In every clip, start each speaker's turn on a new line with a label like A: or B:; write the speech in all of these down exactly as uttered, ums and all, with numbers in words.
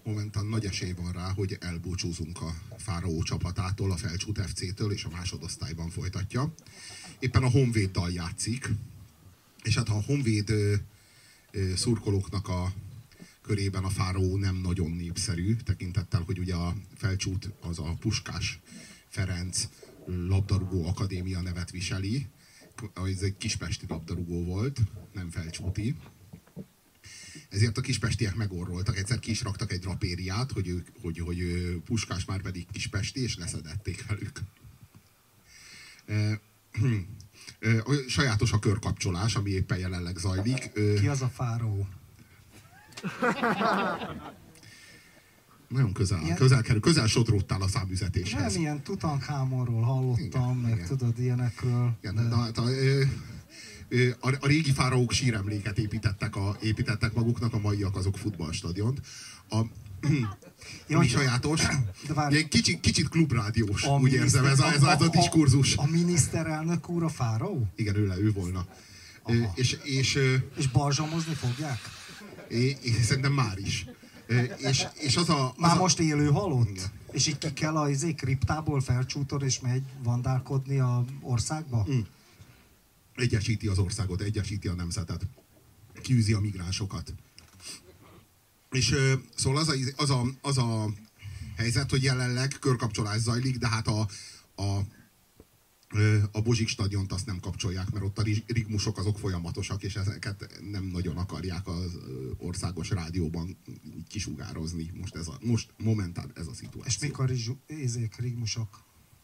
A: Momentán nagy esély van rá, hogy elbúcsúzunk a Fáraó csapatától, a Felcsút ef cé-től, és a másodosztályban folytatja. Éppen a Honvéddal játszik, és hát a Honvéd ö, ö, szurkolóknak a körében a Fáraó nem nagyon népszerű, tekintettel, hogy ugye a Felcsút az a Puskás Ferenc labdarúgó akadémia nevet viseli. Ez egy kispesti labdarúgó volt, nem felcsúti. Ezért a kispestiek megorroltak. Egyszer ki is raktak egy drapériát, hogy, ők, hogy, hogy Puskás már pedig kispesti, és leszedették velük. Sajátos a körkapcsolás, ami éppen jelenleg zajlik.
B: Ki az a Fáraó?
A: Nagyon közel, ilyen... közel kerül, közel sodródtál a számüzetéshez.
B: Nem, ilyen Tutankhámonról hallottam, igen, meg igen. Tudod, ilyenekről.
A: Igen,
B: de...
A: de, de, de, a, a régi fáraók síremléket építettek, a, építettek maguknak, a maiak azok futballstadiont. A,
B: ja,
A: mi sajátos, egy kicsit, kicsit klubrádiós, úgy miniszter... érzem, ez a, ez a, ez a diskurzus.
B: A, a miniszterelnök úr a Fáraó?
A: Igen, ő, le, ő volna. E, és, és,
B: és balzsamozni fogják?
A: É, és szerintem már is. És, és az a, az
B: már
A: a...
B: most élő halott? Igen. És így ki kell a izé, kriptából Felcsúton, és megy vandálkodni a országba?
A: Mm. Egyesíti az országot, egyesíti a nemzetet. Kiűzi a migránsokat. És szóval az a, az a, az a helyzet, hogy jelenleg körkapcsolás zajlik, de hát a, a a Bozsik stadiont azt nem kapcsolják, mert ott a rigmusok azok folyamatosak, és ezeket nem nagyon akarják az országos rádióban kisugározni. Most, ez a, most momentán ez a szituáció.
B: És mikor ezek rigmusok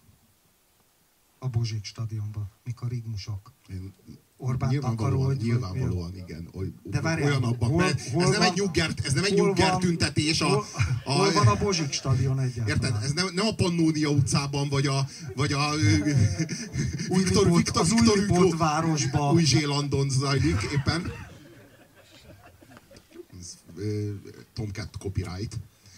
B: a Bozsik stadionban? Mikor rigmusok?
A: Én,
B: Orbán
A: nyilvánvalóan,
B: akarodj,
A: nyilvánvalóan igen. Oly,
B: de várjál,
A: olyan abban,
B: hol, hol
A: ez nem
B: van,
A: egy nyuggert, ez nem egy nyugger tüntetés. A,
B: hol,
A: a,
B: hol van a Bozsik stadion egyáltalán?
A: Érted? Ez nem, nem a Pannónia utcában, vagy a, vagy a
B: Viktor, Viktor, az Újlipót városban.
A: Új-Zélandon zajlik éppen. Ez, uh, Tomcat copyright.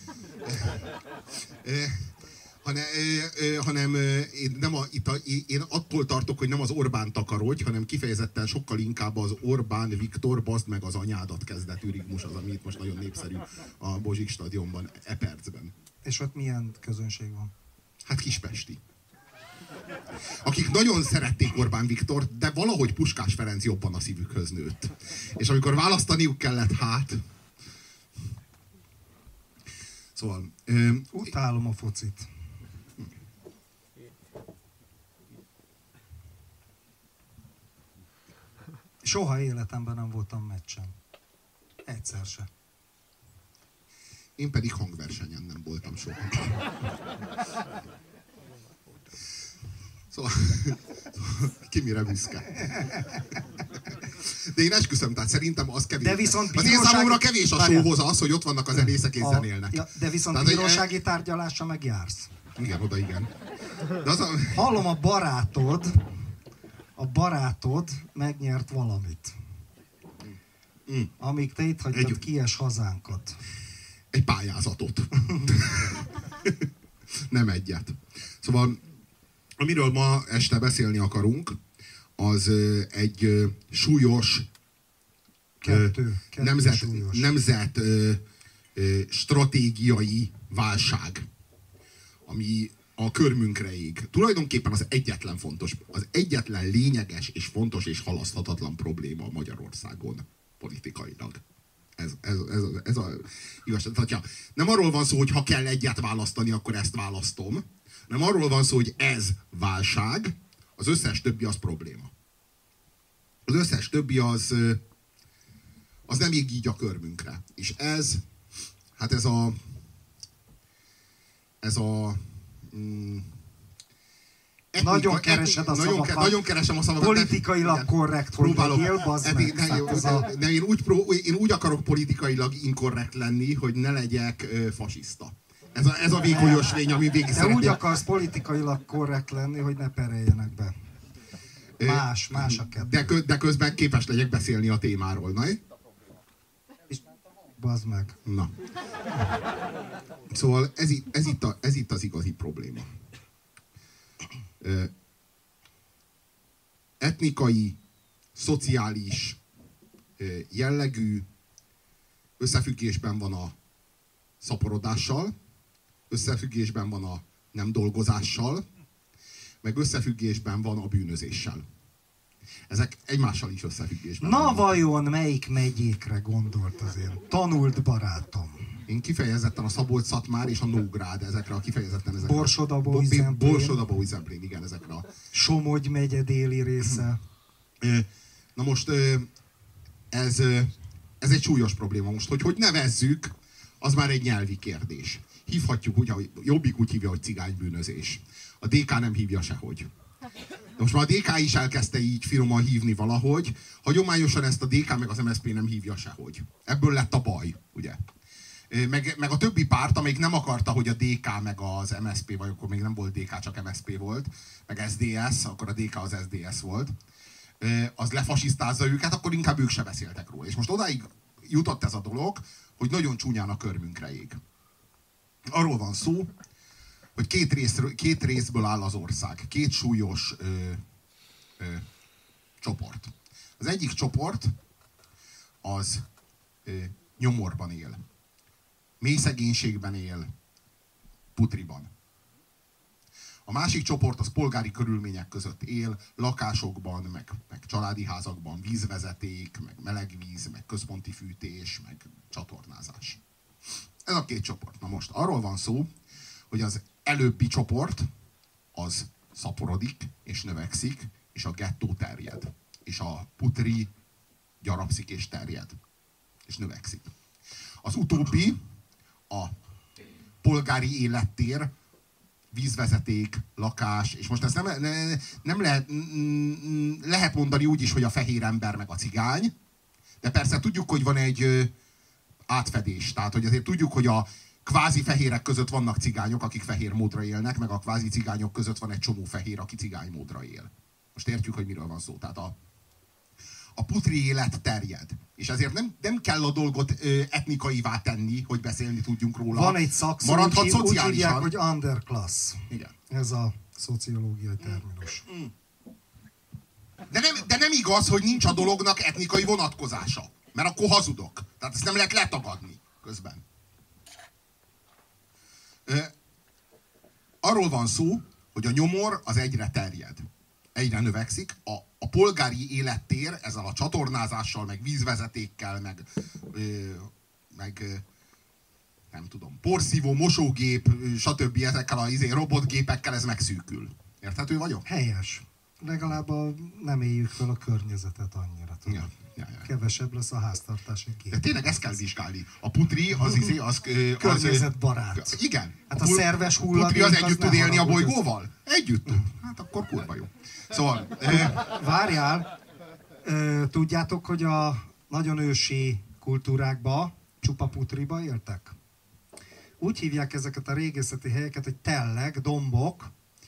A: Uh, hanem, hanem én, nem a, itt a, én attól tartok, hogy nem az Orbán takarodj, hanem kifejezetten sokkal inkább az Orbán Viktor baszd meg az anyádat kezdetű rigmus az, ami itt most nagyon népszerű a Bozsik stadionban, e percben.
B: És ott milyen közönség van?
A: Hát kispesti. Akik nagyon szerették Orbán Viktort, de valahogy Puskás Ferenc jobban a szívükhöz nőtt. És amikor választaniuk kellett, hát... Szóval... Ö,
B: utálom a focit. Soha életemben nem voltam meccsen. Egyszer se.
A: Én pedig hangversenyen nem voltam soha. Szóval, ki mire büszke. De én esküszöm, tehát szerintem az kevés.
B: De viszont
A: az én számomra kevés a showhoz az, hogy ott vannak az zenészek és a... zenélnek.
B: Ja, de viszont tehát, bírósági tárgyalásra megjársz.
A: Igen, oda igen. De az a...
B: Hallom, a barátod, a barátod megnyert valamit. Mm. Amíg te itt hagytad egy... kies hazánkat.
A: Egy pályázatot. Nem egyet. Szóval, amiről ma este beszélni akarunk, az egy súlyos,
B: kettő, kettő
A: nemzet,
B: súlyos.
A: nemzet stratégiai válság, ami a körmünkre ég. Tulajdonképpen az egyetlen fontos, az egyetlen lényeges és fontos és halaszthatatlan probléma Magyarországon politikailag. Ez, ez, ez, ez a igazság. Tehát, nem arról van szó, hogy ha kell egyet választani, akkor ezt választom, nem arról van szó, hogy ez válság, az összes többi az probléma. Az összes többi az, az nem ég így a körmünkre. És ez, hát ez a, ez a, mm, etnika,
B: nagyon keresed a
A: nagyon,
B: szavakat.
A: Nagyon keresem a szavakat.
B: Politikailag
A: de,
B: korrekt, hogy legyél, bazd meg.
A: Ne, ne,
B: a...
A: ne, én, úgy pró, én úgy akarok politikailag inkorrekt lenni, hogy ne legyek ö, fasiszta. Ez a, ez a vékony ösvény, ami végig
B: De
A: szeretnék.
B: úgy akarsz politikailag korrekt lenni, hogy ne pereljenek be. Más, más a kettő.
A: De, de közben képes legyek beszélni a témáról, na?
B: És bazd meg.
A: Na. Szóval ez, ez, itt a, ez itt az igazi probléma. Etnikai, szociális jellegű összefüggésben van a szaporodással, összefüggésben van a nem dolgozással, meg összefüggésben van a bűnözéssel. Ezek egymással is összefüggésben
B: Na
A: vannak.
B: vajon melyik megyékre gondolt az én tanult barátom?
A: Én kifejezetten a Szabolcs-Szatmár és a Nógrád, ezekre a kifejezetten ezekre.
B: Borsod-Abaúj-Zemplén.
A: Borsod-Abaúj-Zemplén, igen, ezekre a...
B: Somogy megye déli része.
A: Na most ez, ez egy súlyos probléma most, hogy hogy nevezzük, az már egy nyelvi kérdés. Hívhatjuk úgy, hogy Jobbik úgy hívja, hogy cigánybűnözés. A dé ká nem hívja sehogy. De most már a dé ká is elkezdte így finoman hívni valahogy. Hagyományosan ezt a dé ká meg az em es zé pé nem hívja sehogy. Ebből lett a baj, ugye? Meg, meg a többi párt, amelyik nem akarta, hogy a dé ká meg az em es zé pé, vagy akkor még nem volt dé ká, csak em es zé pé volt, meg es zé dé es, akkor a dé ká az es zé dé es volt, az lefasisztázza őket, akkor inkább ők se beszéltek róla. És most odáig jutott ez a dolog, hogy nagyon csúnyán a körmünkre ég. Arról van szó, hogy két, rész, két részből áll az ország. Két súlyos ö, ö, csoport. Az egyik csoport az ö, nyomorban él. Mély szegénységben él, putriban. A másik csoport az polgári körülmények között él, lakásokban, meg, meg családi házakban, vízvezeték, meg melegvíz, meg központi fűtés, meg csatornázás. Ez a két csoport. Na most arról van szó, hogy az előbbi csoport az szaporodik és növekszik, és a gettó terjed. És a putri gyarapszik és terjed. És növekszik. Az utóbbi a polgári élettér, vízvezeték, lakás, és most ezt nem, ne, nem lehet, lehet mondani úgy is, hogy a fehér ember meg a cigány, de persze tudjuk, hogy van egy átfedés. Tehát, hogy azért tudjuk, hogy a kvázi fehérek között vannak cigányok, akik fehér módra élnek, meg a kvázi cigányok között van egy csomó fehér, aki cigány módra él. Most értjük, hogy miről van szó. Tehát a, a putri élet terjed. És ezért nem, nem kell a dolgot ö, etnikaivá tenni, hogy beszélni tudjunk róla.
B: Van egy szakszó,
A: maradhat
B: úgy,
A: szociálisan.
B: úgy hívják, hogy underclass.
A: Igen.
B: Ez a szociológiai terminus.
A: Mm. De nem, de nem igaz, hogy nincs a dolognak etnikai vonatkozása. Mert akkor hazudok. Tehát ezt nem lehet letagadni közben. Ö, arról van szó, hogy a nyomor az egyre terjed. Egyre növekszik. A, a polgári élettér ezzel a csatornázással, meg vízvezetékkel, meg, ö, meg ö, nem tudom, porszívó, mosógép, stb. Ezekkel a izé, robotgépekkel ez megszűkül. Érthető vagyok?
B: Helyes. Legalább a, nem éljük fel a környezetet annyira. Tudod.
A: Ja, ja, ja.
B: Kevesebb lesz a háztartási gép.
A: De tényleg ezt kell vizsgálni. A putri az izé, az... az
B: környezetbarát.
A: Igen.
B: Hát a, a szerves hulladék...
A: A putri az együtt
B: az
A: tud élni a
B: haragudj,
A: bolygóval? Együtt tud. Hát akkor kurva jó. Szóval...
B: Várjál, tudjátok, hogy a nagyon ősi kultúrákba csupa putriba éltek? Úgy hívják ezeket a régészeti helyeket, hogy telleg, dombok,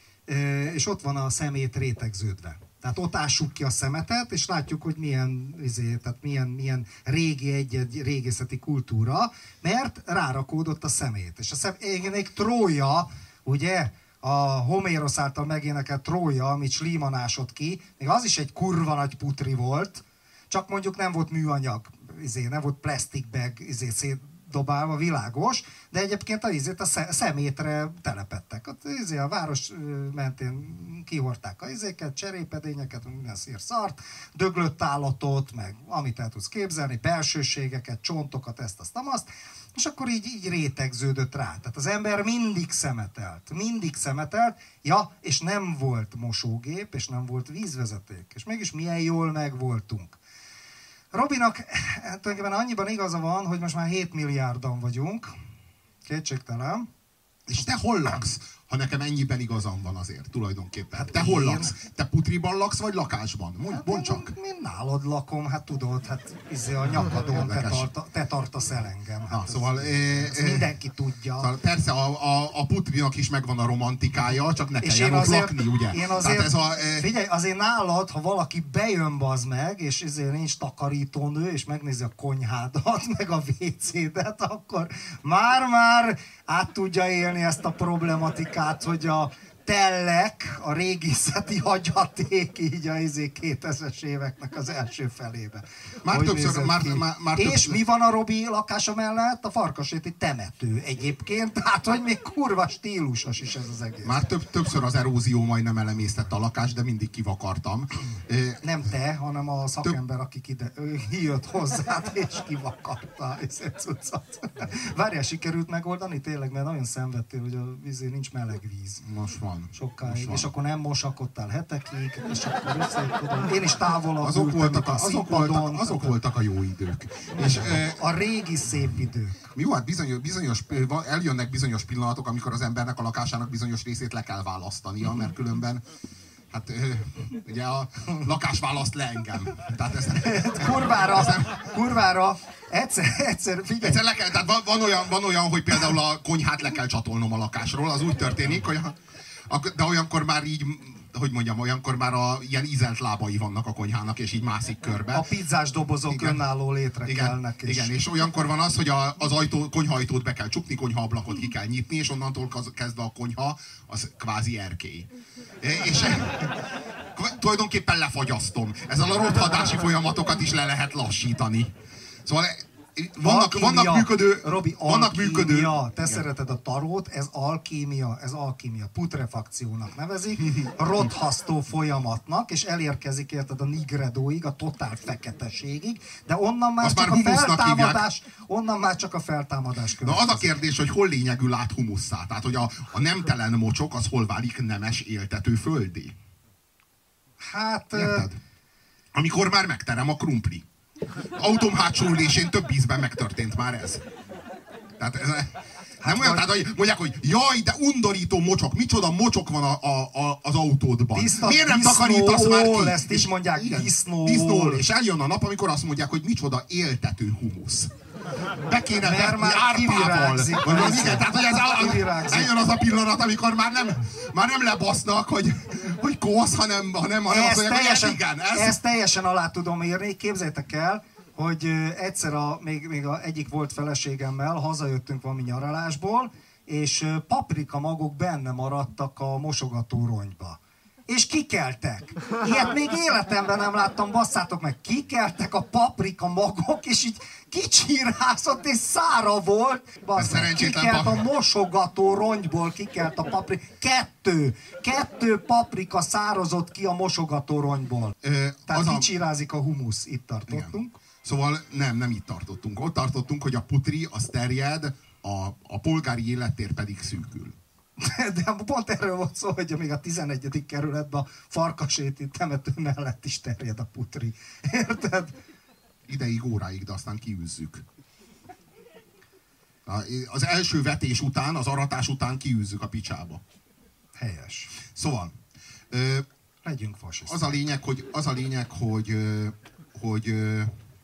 B: és ott van a szemét rétegződve. Tehát ott ássuk ki a szemetet, és látjuk, hogy milyen, izé, tehát milyen, milyen régi egy-egy régészeti kultúra, mert rárakódott a szemét. És a szem, egy Trója, ugye, a Homérosz által megénekelt Trója, amit slímanásod ki, még az is egy kurva nagy putri volt, csak mondjuk nem volt műanyag, izé, nem volt plastic bag, izé, szétdobálva, világos, de egyébként a, izét a szemétre telepettek. Ott, izé, a város mentén kihordták a izéket, cserépedényeket, minden szír szart, döglött állatot, meg amit el tudsz képzelni, belsőségeket, csontokat, ezt, azt, azt, és akkor így, így rétegződött rá. Tehát az ember mindig szemetelt, mindig szemetelt, ja, és nem volt mosógép, és nem volt vízvezeték, és mégis milyen jól megvoltunk. Robinak tulajdonképpen annyiban igaza van, hogy most már hét milliárdan vagyunk, kétségtelen.
A: És te hol laksz? Ha nekem ennyiben igazam van azért, tulajdonképpen. Hát te hol laksz? Te putriban laksz, vagy lakásban? Mondj, hát mondd csak.
B: Én, én nálad lakom, hát tudod, hát izé a nyakadon te, tarta, te tartasz el engem. Hát
A: Na,
B: ez,
A: szóval,
B: ez, ez mindenki tudja.
A: Szóval persze a, a, a putrinak is megvan a romantikája, csak ne kelljen ott
B: azért,
A: lakni, ugye?
B: Én azért, ez a,
A: e...
B: figyelj, azért nálad, ha valaki bejön bazd meg, és ezért nincs takarítónő, és megnézi a konyhádat, meg a vécédet, akkor már-már át tudja élni ezt a problematikát, hogy a tellek, a régészeti hagyaték így a izé kétezres éveknek az első felébe.
A: Már
B: Hogy
A: többször,
B: nézett
A: már,
B: ki?
A: már, már
B: És
A: többször.
B: mi van a Robi lakása mellett? A Farkasréti temető egyébként, tehát hogy még kurva stílusos is ez az egész.
A: Már több, többször az erózió majdnem elemésztette a lakást, de mindig kivakartam.
B: Nem te, hanem a szakember, akik ide ő, jött hozzád és kivakarta ezt a cuccot. Várjál, sikerült megoldani tényleg, mert nagyon szenvedtél, hogy a vízé nincs meleg víz.
A: Most van.
B: Sokáig,
A: Most van.
B: és akkor nem mosakodtál hetekig, és akkor össze, tudom, én is távolabb
A: Azok
B: ültem
A: voltak,
B: itt a
A: a, azok,
B: színpadon.
A: voltak, azok voltak a jó idők. És,
B: A régi szép idők.
A: jó, hát bizonyos, bizonyos, eljönnek bizonyos pillanatok, amikor az embernek a lakásának bizonyos részét le kell választania, mert különben hát ugye a lakás választ le engem. Tehát ez,
B: Kurvára, kurvára, egyszer, egyszer, figyelj.
A: egyszer le kell, tehát van, van, olyan, van olyan, hogy például a konyhát le kell csatolnom a lakásról, az úgy történik, hogy a, de olyankor már így, hogy mondjam, olyankor már a, ilyen ízelt lábai vannak a konyhának, és így mászik körbe.
B: A pizzás dobozok igen. önálló létre
A: Igen,
B: kelnek. És...
A: igen, és olyankor van az, hogy a, az ajtó, konyhaajtót be kell csukni, konyhaablakot ki kell nyitni, és onnantól kezdve a konyha az kvázi erkély. És tulajdonképpen lefagyasztom. Ezzel a rothadási folyamatokat is le lehet lassítani. Szóval vannak,
B: Alkímia.
A: vannak működő...
B: Robi,
A: vannak
B: alkímia.
A: működő...
B: Te
A: igen.
B: szereted a tarót, ez alkímia, ez alkímia, putrefakciónak nevezik, rothasztó folyamatnak, és elérkezik érted a nigredóig, a totál feketeségig, de onnan már
A: Azt
B: csak
A: már
B: a
A: humusznak
B: feltámadás, onnan már csak a feltámadás
A: Na
B: következik.
A: az a kérdés, hogy hol lényegül át humusszá? Tehát, hogy a, a nemtelen mocsok, az hol válik nemes éltető földé?
B: Hát...
A: Érted? Amikor már megterem a krumpli. Autóm hátsó ülésén több ízben megtörtént már ez. Tehát ez hát nem olyan,
B: vagy...
A: tehát, hogy mondják, hogy jaj, de undorító mocsok, micsoda mocsok van a, a, a, az autódban.
B: Tiszta
A: Miért nem takarítasz már ki?
B: Ezt is mondják,
A: igen,
B: disznó.
A: disznó. És eljön a nap, amikor azt mondják, hogy micsoda éltető humusz. Be kéne
B: Mert
A: vetni
B: már
A: árpával.
B: kivirágzik.
A: Vagy az, igen, tehát, hogy ez a, eljön az a pillanat, amikor már nem, már nem lebasznak, hogy, hogy kosz, hanem, hanem, hanem azt mondják,
B: teljesen,
A: hogy igen, ez...
B: ezt teljesen alá tudom írni. Képzeljétek el, hogy egyszer a, még, még a egyik volt feleségemmel hazajöttünk valami nyaralásból, és paprika magok benne maradtak a mosogató rongyba. És kikeltek. Ilyet még életemben nem láttam, basszátok meg. Kikeltek a paprika magok, és így kicsírázott, és szára volt. Basszak, kikelt a mosogató rongyból, kikelt a paprika. Kettő. Kettő paprika szárazott ki a mosogató rongyból. Ö, Tehát kicsirázik a humusz. Itt tartottunk. Igen.
A: Szóval nem, nem itt tartottunk. Ott tartottunk, hogy a putri az terjed, a, a polgári élettér pedig szűkül.
B: De pont erről volt szó, hogy még a tizenegyedik kerületben a Farkasréti temető mellett is terjed a putri. Érted?
A: Ideig, óráig, de aztán kiűzzük. Az első vetés után, az aratás után kiűzzük a picsába.
B: Helyes.
A: Szóval... Ö,
B: Legyünk fasiszták.
A: Az a lényeg, hogy... Az a lényeg, hogy, ö, hogy ö,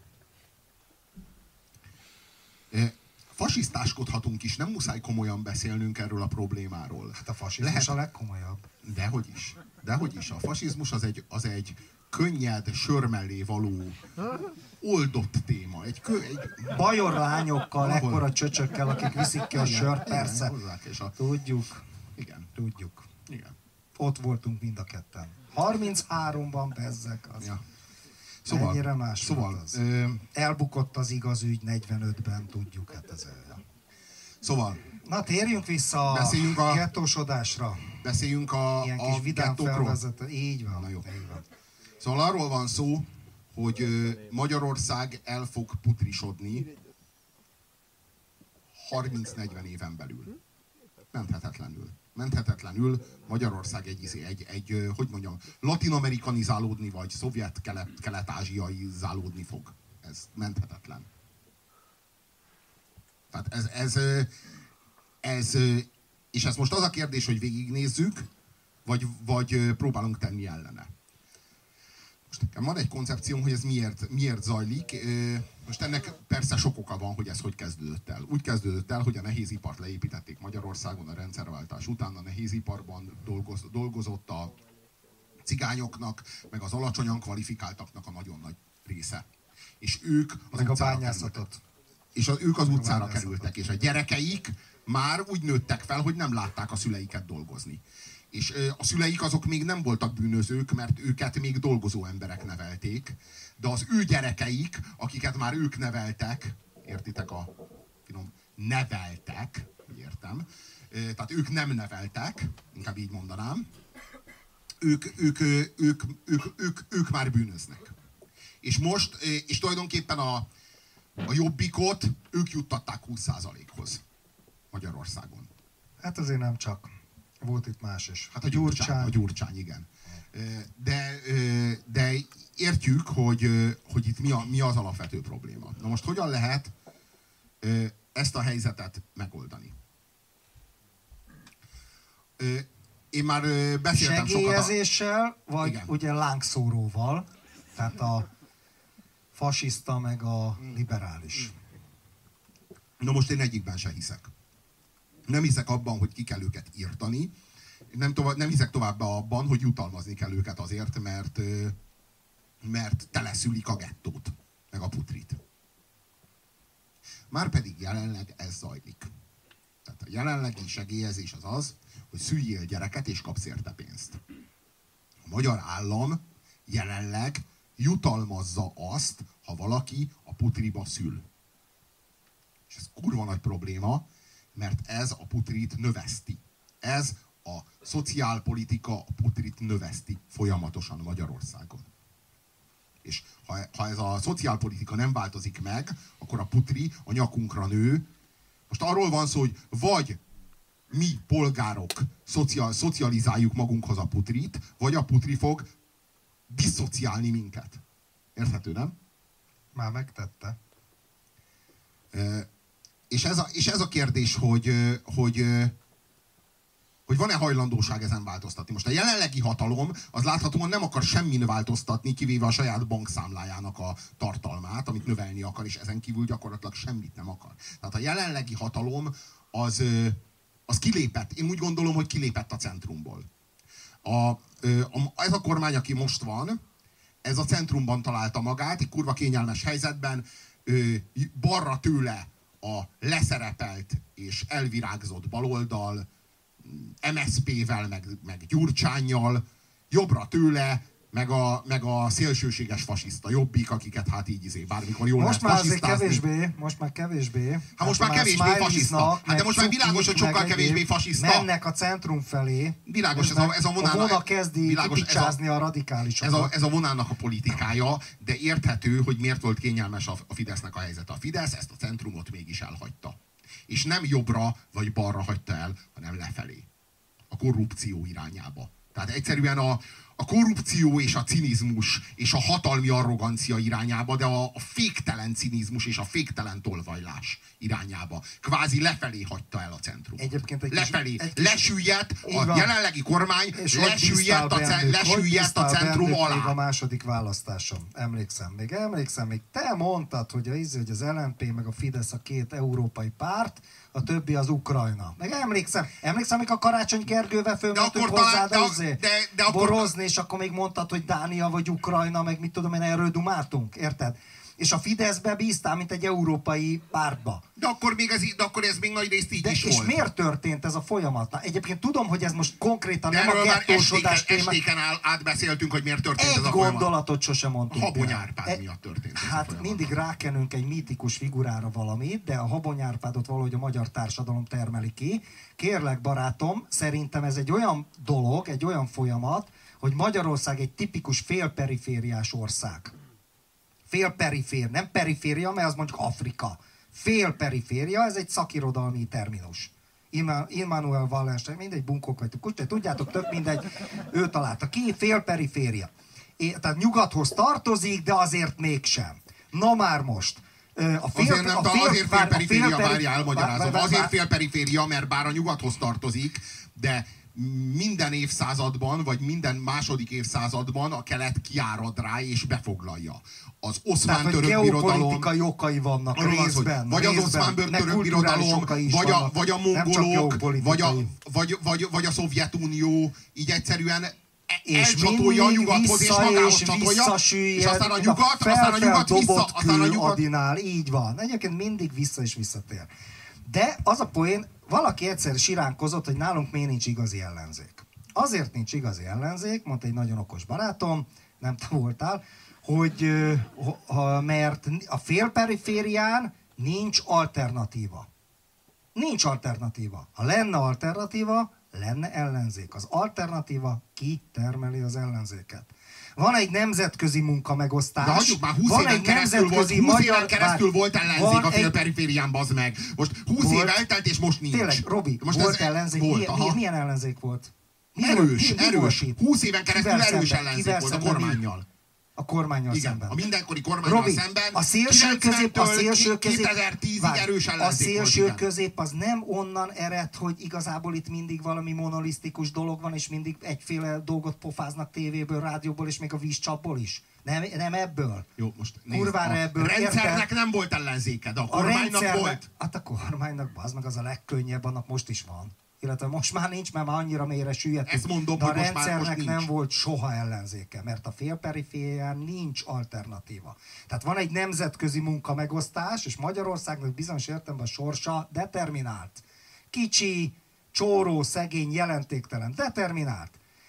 A: ö, fasisztáskodhatunk is, nem muszáj komolyan beszélnünk erről a problémáról.
B: Hát a fasizmus
A: Lehet,
B: a legkomolyabb.
A: Dehogy is. Dehogy is. A fasizmus az egy, az egy könnyed, sör mellé való, oldott téma. Egy, kö, egy...
B: Bajor lányokkal, ahol... ekkora csöcsökkel, akik viszik ki a sört, persze.
A: Igen, a...
B: Tudjuk.
A: Igen.
B: Tudjuk.
A: Igen.
B: Ott voltunk mind a ketten. harmincháromban bezzek az. Ja.
A: Szóval,
B: ennyire más
A: szóval,
B: az.
A: Ö...
B: Elbukott az igaz ügy negyvenötben, tudjuk, hát ez olyan.
A: Szóval.
B: Na, térjünk vissza a, a gettósodásra.
A: Beszéljünk a,
B: ilyen
A: a
B: kis vidám felvezető. Így van.
A: Na jó.
B: Így van.
A: Szóval arról van szó, hogy Magyarország el fog putrisodni harminc-negyven éven belül. Menthetetlenül. Menthetetlenül Magyarország egy, egy, egy hogy mondjam, latin-amerikanizálódni, vagy szovjet-kelet-ázsiaizálódni fog. Ez menthetetlen. Tehát ez, ez, ez, és ez most az a kérdés, hogy végignézzük, vagy, vagy próbálunk tenni ellene. Most nekem van egy koncepcióm, hogy ez miért, miért zajlik. Most ennek persze sok oka van, hogy ez hogy kezdődött el. Úgy kezdődött el, hogy a nehézipart leépítették Magyarországon a rendszerváltás után. A nehéziparban dolgoz, dolgozott a cigányoknak, meg az alacsonyan kvalifikáltaknak a nagyon nagy része. És ők az
B: meg
A: utcára
B: a bányászatot.
A: kerültek. És az, ők az meg utcára kerültek, és a gyerekeik már úgy nőttek fel, hogy nem látták a szüleiket dolgozni. És a szüleik azok még nem voltak bűnözők, mert őket még dolgozó emberek nevelték, de az ő gyerekeik, akiket már ők neveltek, értitek a finom, neveltek, értem, tehát ők nem neveltek, inkább így mondanám, ők, ők, ők, ők, ők, ők, ők már bűnöznek. És most, és tulajdonképpen a, a Jobbikot ők juttatták húsz százalékhoz Magyarországon.
B: Hát azért nem csak. Volt itt más is.
A: Hát a Gyurcsány, a Gyurcsány, igen. De, de értjük, hogy, hogy itt mi, a, mi az alapvető probléma. Na most hogyan lehet ezt a helyzetet megoldani? Én már beszéltem sokat...
B: Segélyezéssel, vagy
A: igen.
B: ugye lángszóróval, tehát a fasiszta meg a liberális.
A: Na most én egyikben se hiszek. Nem hiszek abban, hogy ki kell őket írtani. Nem, tovább, nem hiszek továbbá abban, hogy jutalmazni kell őket azért, mert, mert teleszülik a gettót, meg a putrit. Márpedig jelenleg ez zajlik. Tehát a jelenlegi segélyezés az az, hogy szüljél gyereket és kapsz érte pénzt. A magyar állam jelenleg jutalmazza azt, ha valaki a putriba szül. És ez kurva nagy probléma, mert ez a putrit növeszti. Ez a szociálpolitika a putrit növeszti folyamatosan Magyarországon. És ha, ha ez a szociálpolitika nem változik meg, akkor a putri a nyakunkra nő. Most arról van szó, hogy vagy mi polgárok szociál, szocializáljuk magunkhoz a putrit, vagy a putri fog diszociálni minket. Érthető, nem?
B: Már megtette.
A: E, és, ez a, és ez a kérdés, hogy, hogy, hogy van-e hajlandóság ezen változtatni. Most a jelenlegi hatalom az láthatóan nem akar semmin változtatni, kivéve a saját bankszámlájának a tartalmát, amit növelni akar, és ezen kívül gyakorlatilag semmit nem akar. Tehát a jelenlegi hatalom az, az kilépett. Én úgy gondolom, hogy kilépett a centrumból. A, a, ez a kormány, aki most van, ez a centrumban találta magát, egy kurva kényelmes helyzetben, balra tőle a leszerepelt és elvirágzott baloldal, em es zé pé-vel, meg, meg Gyurcsánnyal, jobbra tőle, meg a, meg a szélsőséges fasiszta Jobbik, akiket hát így izé, bármikor jól
B: most
A: lehet
B: már
A: fasisztázni.
B: kevésbé, most már kevésbé.
A: Hát most már kevésbé fasiszta. Hát de most már világos, hogy sokkal kevésbé fasiszta.
B: Mennek a centrum felé.
A: Világos, ez a, ez a vonal.
B: A vona kezdi kipicsázni a, a radikálisokat.
A: Ez a, ez a vonalnak a politikája, de érthető, hogy miért volt kényelmes a, a Fidesznek a helyzete. A Fidesz ezt a centrumot mégis elhagyta. És nem jobbra vagy balra hagyta el, hanem lefelé. A korrupció irányába. Tehát egyszerűen a, a korrupció és a cinizmus és a hatalmi arrogancia irányába, de a, a féktelen cinizmus és a féktelen tolvajlás irányába. Kvázi lefelé hagyta el a centrum.
B: Egyébként egy
A: lefelé.
B: Kis, egy kis,
A: lesüllyedt a jelenlegi kormány, lesüllyedt a, lesüllyedt a centrum alá.
B: Még a második választáson. Emlékszem még, emlékszem még. Te mondtad, hogy, a, hogy az el en pé meg a Fidesz a két európai párt, a többi az Ukrajna. Meg emlékszem, emlékszem, amikor a Karácsony Gergővel fölmentünk hozzá, de, de, de, de akkor... borozni, és akkor még mondtad, hogy Dánia vagy Ukrajna, meg mit tudom én, erről dumáltunk, érted? És a Fideszbe bíztál, mint egy európai pártba.
A: De akkor, még ez, de akkor ez még nagy részt így de, is
B: és
A: volt.
B: És miért történt ez a folyamat? Na, egyébként tudom, hogy ez most konkrétan de nem a gettósodás téma.
A: Estéken átbeszéltünk, hogy miért történt
B: egy
A: ez a folyamat.
B: Egy gondolatot sosem mondtunk.
A: Habony Árpád e, miatt történt ez
B: Hát mindig rákenünk egy mítikus figurára valamit, de a Habony Árpádot valahogy a magyar társadalom termeli ki. Kérlek, barátom, szerintem ez egy olyan dolog, egy olyan folyamat, hogy Magyarország egy tipikus félperifériás ország. Félperifér, nem periféria, mert az mondjuk Afrika. Félperiféria, ez egy szakirodalmi terminus. Immanuel Wallenstein, mindegy, bunkók vagytok, tudjátok, tök mindegy, ő találta ki, félperiféria. É, tehát nyugathoz tartozik, de azért mégsem. Na már most. A fél,
A: azért nem,
B: a fél,
A: azért félperiféria,
B: fél
A: várjál, elmagyarázom. Azért félperiféria, mert bár a nyugathoz tartozik, de minden évszázadban, vagy minden második évszázadban a kelet kiárad rá és befoglalja. Az oszmán török birodalom...
B: geopolitikai okai vannak részben.
A: Vagy az oszmán török birodalom, vagy a, vagy a mongolok, vagy a, vagy, vagy, vagy a Szovjetunió, így egyszerűen elcsatolja a nyugathoz és magához csatolja, és aztán a nyugat, aztán a nyugat vissza, aztán a nyugat...
B: Adinál, így van. Egyébként mindig vissza és visszatér. De az a poén, valaki egyszer siránkozott, hogy nálunk miért nincs igazi ellenzék. Azért nincs igazi ellenzék, mondta egy nagyon okos barátom, nem te voltál, hogy ha, mert a félperiférián nincs alternatíva. Nincs alternatíva. Ha lenne alternatíva, lenne ellenzék. Az alternatíva kitermeli az ellenzéket. Van egy nemzetközi munkamegosztás.
A: De hagyjuk már, húsz
B: van
A: éven
B: egy
A: keresztül volt, húsz
B: magyar...
A: éven keresztül volt ellenzék a félperiférián, bazd meg. Most húsz
B: volt,
A: év eltelt, és most nincs.
B: Tényleg, Robi,
A: most
B: volt
A: ez
B: ellenzék.
A: Volt,
B: milyen, milyen, milyen ellenzék volt? Mi
A: erős,
B: volt, mi, mi
A: erős.
B: Volt
A: húsz éven keresztül
B: kivel
A: erős
B: szemben?
A: ellenzék
B: Kivel
A: volt a
B: szemben?
A: kormánnyal.
B: A kormánnyal
A: Igen,
B: szemben.
A: a mindenkori kormánnyal
B: Robi,
A: szemben.
B: a szélső közép, a szélső közép,
A: kétezer-tízig erős
B: a
A: ellenzék volt,
B: szélső
A: igen.
B: közép az nem onnan ered, hogy igazából itt mindig valami monolisztikus dolog van, és mindig egyféle dolgot pofáznak tévéből, rádióból, és még a vízcsapból is. Nem, nem ebből.
A: Jó, most nézd,
B: Kurvára
A: a
B: ebből,
A: rendszernek
B: érted?
A: nem volt ellenzéke, de a
B: A
A: kormánynak
B: rendszernek,
A: volt.
B: hát a kormánynak, az meg az a legkönnyebb, annak most is van. Illetve most már nincs, mert már annyira mélyre süllyedtünk.
A: Ezt mondom,
B: de a
A: hogy most már-
B: rendszernek
A: most
B: nem
A: nincs.
B: volt soha ellenzéke, mert a félperiférián nincs alternatíva. Tehát van egy nemzetközi munkamegosztás, és Magyarországnak bizonyos értelemben a sorsa determinált. Kicsi, csóró, szegény, jelentéktelen, determinált.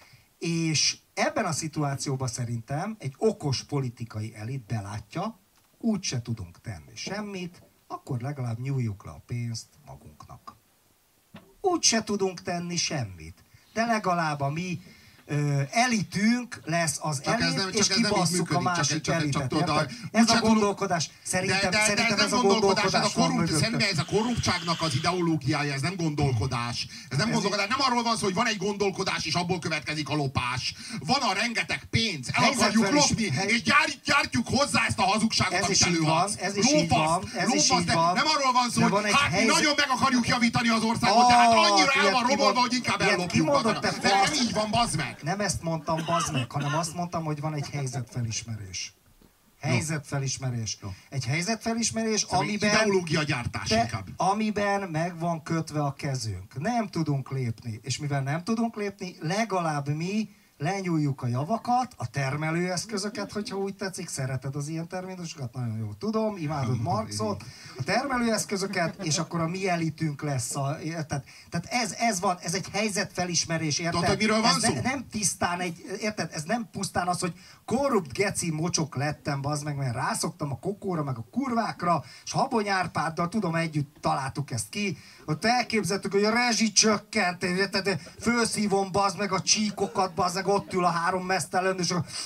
B: És ebben a szituációban szerintem egy okos politikai elit belátja, úgyse tudunk tenni semmit, akkor legalább nyújjuk le a pénzt magunknak. Úgy se tudunk tenni semmit. De legalább a mi ö, elitünk lesz az
A: Csak ez
B: elit,
A: nem- csak
B: és
A: ez nem így
B: kibasszuk a
A: működik, csak-
B: másik
A: csak- csak
B: elitet.
A: tudod,
B: érted?
A: úgy
B: Ez
A: se
B: a
A: tudunk-
B: gondolkodás. Szerintem,
A: de, de, de
B: szerintem
A: ez nem
B: ez a
A: gondolkodás, ez a,
B: gondolkodás van
A: korrupt,
B: mögötte.
A: szerintem ez a korruptságnak az ideológiája, ez nem gondolkodás. Ez nem
B: Ez
A: gondolkodás, nem arról van szó, hogy van egy gondolkodás, és abból következik a lopás. Van a rengeteg pénz, el akarjuk
B: Helyzetfelis-
A: lopni,
B: hely-
A: és gyár, gyártjuk hozzá ezt a hazugságot,
B: Ez
A: amit
B: is így
A: előadsz.
B: van, ez is így
A: Lófasz,
B: van, ez is
A: lófasz,
B: így
A: de
B: van.
A: nem arról van szó,
B: De
A: hogy
B: van egy
A: hát mi
B: helyzet-
A: nagyon meg akarjuk javítani az országot, tehát
B: Ah,
A: annyira el
B: ilyet
A: van
B: kimond-
A: romolva, hogy inkább
B: ilyet
A: ellopjuk.
B: kimondott,
A: bazd meg.
B: te
A: De nem
B: fasz.
A: így van, bazd meg.
B: Nem ezt mondtam, bazd meg, hanem azt mondtam, hogy van egy helyzetfelismerés. Helyzetfelismerés.
A: Jó.
B: Egy helyzetfelismerés,
A: Szóval
B: amiben,
A: ideológia gyártás
B: te,
A: inkább.
B: amiben meg van kötve a kezünk. Nem tudunk lépni. És mivel nem tudunk lépni, legalább mi lenyúljuk a javakat, a termelőeszközöket, hogyha úgy tetszik, szereted az ilyen terminusokat, nagyon jól tudom, imádod Marxot, a termelőeszközöket, és akkor a mi elitünk lesz. A, érted? Tehát ez, ez van, ez egy helyzetfelismerés, érted?
A: Tudod, hogy miről van
B: ez
A: szó?
B: Ne, nem tisztán egy, érted? Ez nem pusztán az, hogy korrupt geci mocsok lettem, bazd meg, mert rászoktam a kokóra, meg a kurvákra, és Habony Árpáddal, tudom, együtt találtuk ezt ki, ott elképzeltük, hogy a rezsi csökkent, érted? Fölszívom, bazd meg a csíkokat, bazd meg, ott ül a három mesztelen, és akkor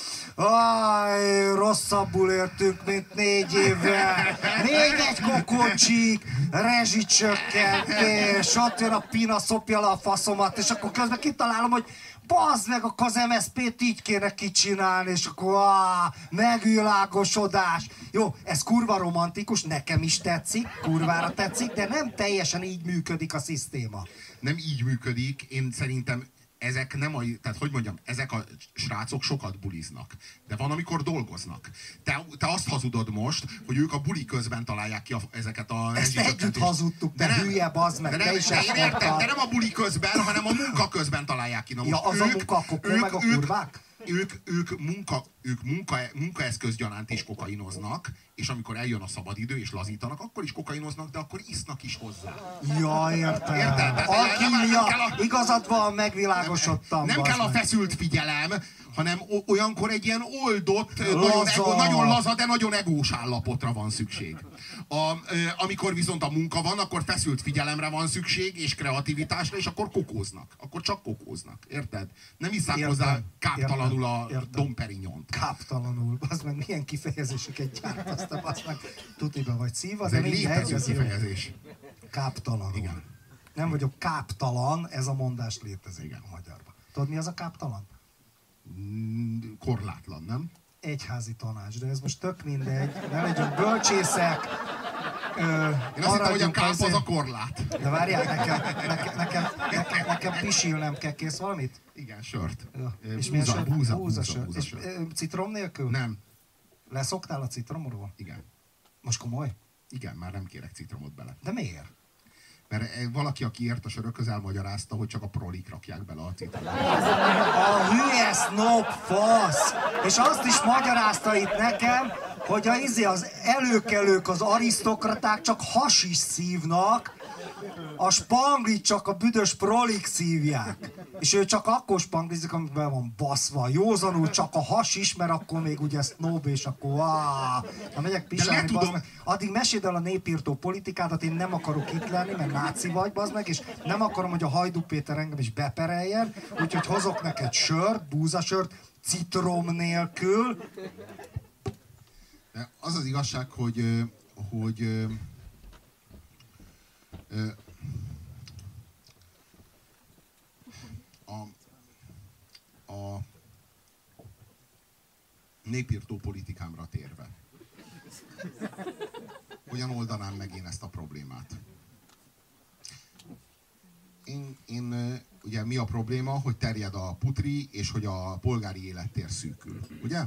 B: Aj, rosszabbul éltünk, mint négy éve. Még egy kokócsík, rezsicsökkentés, ott jön a Pina, szopja le a faszomat, és akkor közben kitalálom, hogy bazd meg, akkor az em es zé pét így kéne kicsinálni, és akkor áh, megvilágosodás. Jó, ez kurva romantikus, nekem is tetszik, kurvára tetszik, de nem teljesen így működik a szisztéma.
A: Nem így működik, én szerintem ezek nem a, tehát hogy mondjam, ezek a srácok sokat buliznak. De van, amikor dolgoznak. Te, te azt hazudod most, hogy ők a buli közben találják ki a, ezeket a...
B: Ezt együtt hazudtuk, de
A: nem,
B: hülye, bazd meg,
A: de
B: te
A: nem,
B: is
A: de én értem,
B: elmondtad.
A: de nem a buli közben, hanem a munka közben találják ki. Na most
B: Ja, az a
A: ők,
B: munka, a kokó
A: ők,
B: meg a
A: ők,
B: kurvák?
A: Ők, ők, munka, ők munka, munkaeszközgyanánt is kokainoznak, és amikor eljön a szabadidő és lazítanak, akkor is kokainoznak, de akkor isznak is hozzá.
B: Ja, értem.
A: Érted? Tehát
B: Alkímia,
A: nem kell a-
B: igazad van, megvilágosodtam.
A: Nem
B: bazd
A: kell a
B: meg.
A: feszült figyelem, hanem o- olyankor egy ilyen oldott,
B: Laza.
A: nagyon, ego, nagyon laza, de nagyon egós állapotra van szükség. A, ö, amikor viszont a munka van, akkor feszült figyelemre van szükség, és kreativitásra, és akkor kokóznak. Akkor csak kokóznak. Érted? Nem iszák
B: Értem,
A: hozzá káptalanul
B: értem,
A: a
B: értem.
A: Dom Perignont.
B: Káptalanul, az meg milyen kifejezéseket gyártasz, te bazd meg. Tutiba vagy szíva,
A: Ez
B: de
A: egy
B: mindegy,
A: létező
B: ez jó.
A: kifejezés.
B: Káptalanul.
A: Igen.
B: Nem vagyok káptalan, ez a mondás létezik
A: Igen.
B: a magyarban. Tudod, mi az a káptalan?
A: Mm, Korlátlan, nem?
B: Egyházi tanács, de ez most tök mindegy. Ne legyünk bölcsészek. Ö,
A: Én azt hittem, hogy a
B: maradjunk
A: káp az
B: azért-
A: a korlát.
B: De várjál, nekem, nekem, nekem, nekem, nekem pisilnem kell, kész valamit?
A: Igen, sört.
B: Ja.
A: Ö,
B: És milyen
A: Búza,
B: sör?
A: búza,
B: Búza
A: búza,
B: sör.
A: búza
B: És
A: sör.
B: ö, citrom nélkül?
A: Nem,
B: Leszoktál a citromról?
A: igen.
B: Most komoly?
A: Igen, már nem kérek citromot bele.
B: De miért?
A: Mert valaki, aki ért a sörökhöz, elmagyarázta, hogy csak a prolik rakják bele a citromot.
B: A hülye snob fasz! És azt is magyarázta itt nekem, hogy a, izé, az előkelők, az arisztokraták csak hasis szívnak, A spanglit csak a büdös prolik szívják. És ő csak akkor spanglizik, amikor van baszva. Józanul csak a hasis, mert akkor még ugye snob, és akkor áááá. Ha megyek pisálni, bazd meg. Addig meséld el a népírtó politikádat, én nem akarok itt lenni, mert náci vagy, bazd meg, és nem akarom, hogy a Hajdú Péter engem is bepereljen, úgyhogy hozok neked sört, búzasört, citrom nélkül.
A: De az az igazság, hogy, hogy a, a népírtó politikámra térve. Hogyan oldanám meg én ezt a problémát? Én, én, ugye mi a probléma, hogy terjed a putri, és hogy a polgári élettér szűkül, ugye?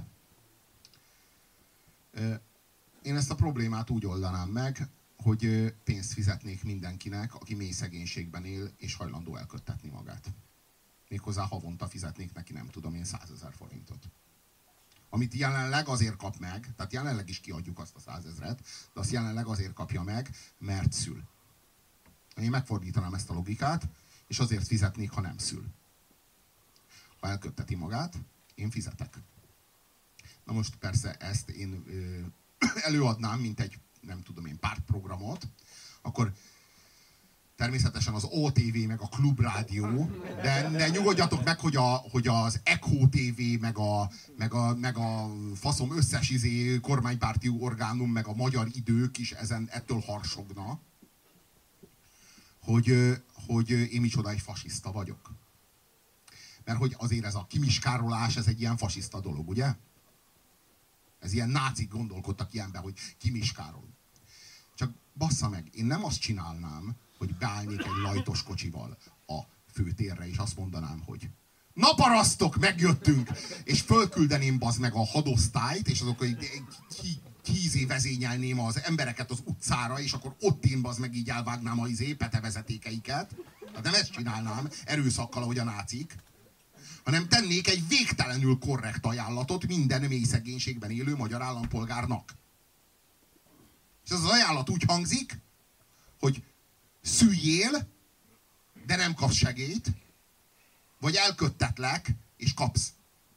A: Én ezt a problémát úgy oldanám meg, hogy pénzt fizetnék mindenkinek, aki mély szegénységben él, és hajlandó elköttetni magát. Méghozzá havonta fizetnék neki, nem tudom én, százezer forintot. Amit jelenleg azért kap meg, tehát jelenleg is kiadjuk azt a százezret, de azt jelenleg azért kapja meg, mert szül. Én megfordítanám ezt a logikát, és azért fizetnék, ha nem szül. Ha elkötteti magát, én fizetek. Na most persze ezt én ö, előadnám, mint egy, nem tudom én, pártprogramot, akkor természetesen az o té vé meg a Klubrádió, de, de nyugodjatok meg, hogy, a, hogy az Echo té vé meg a, meg a, meg a faszom összes izé kormánypárti orgánum, meg a Magyar Idők is ezen, ettől harsogna, hogy, hogy én micsoda egy fasiszta vagyok. Mert hogy azért ez a kimiskárolás, ez egy ilyen fasiszta dolog, ugye? Ez ilyen nácik gondolkodtak ilyenbe, hogy kimiskárol. Csak bassza meg, én nem azt csinálnám, hogy beállnék egy lajtos kocsival a főtérre, és azt mondanám, hogy na parasztok, megjöttünk! És fölküldeném bazd meg a hadosztályt, és azok, hogy kízé vezényelném az embereket az utcára, és akkor ott én bazd meg így elvágnám a izé, petevezetékeiket. Hát nem ezt csinálnám, erőszakkal, ahogy a nácik, hanem tennék egy végtelenül korrekt ajánlatot minden mély szegénységben élő magyar állampolgárnak. És ez az ajánlat úgy hangzik, hogy szüljél, de nem kapsz segélyt, vagy elköttetlek, és kapsz.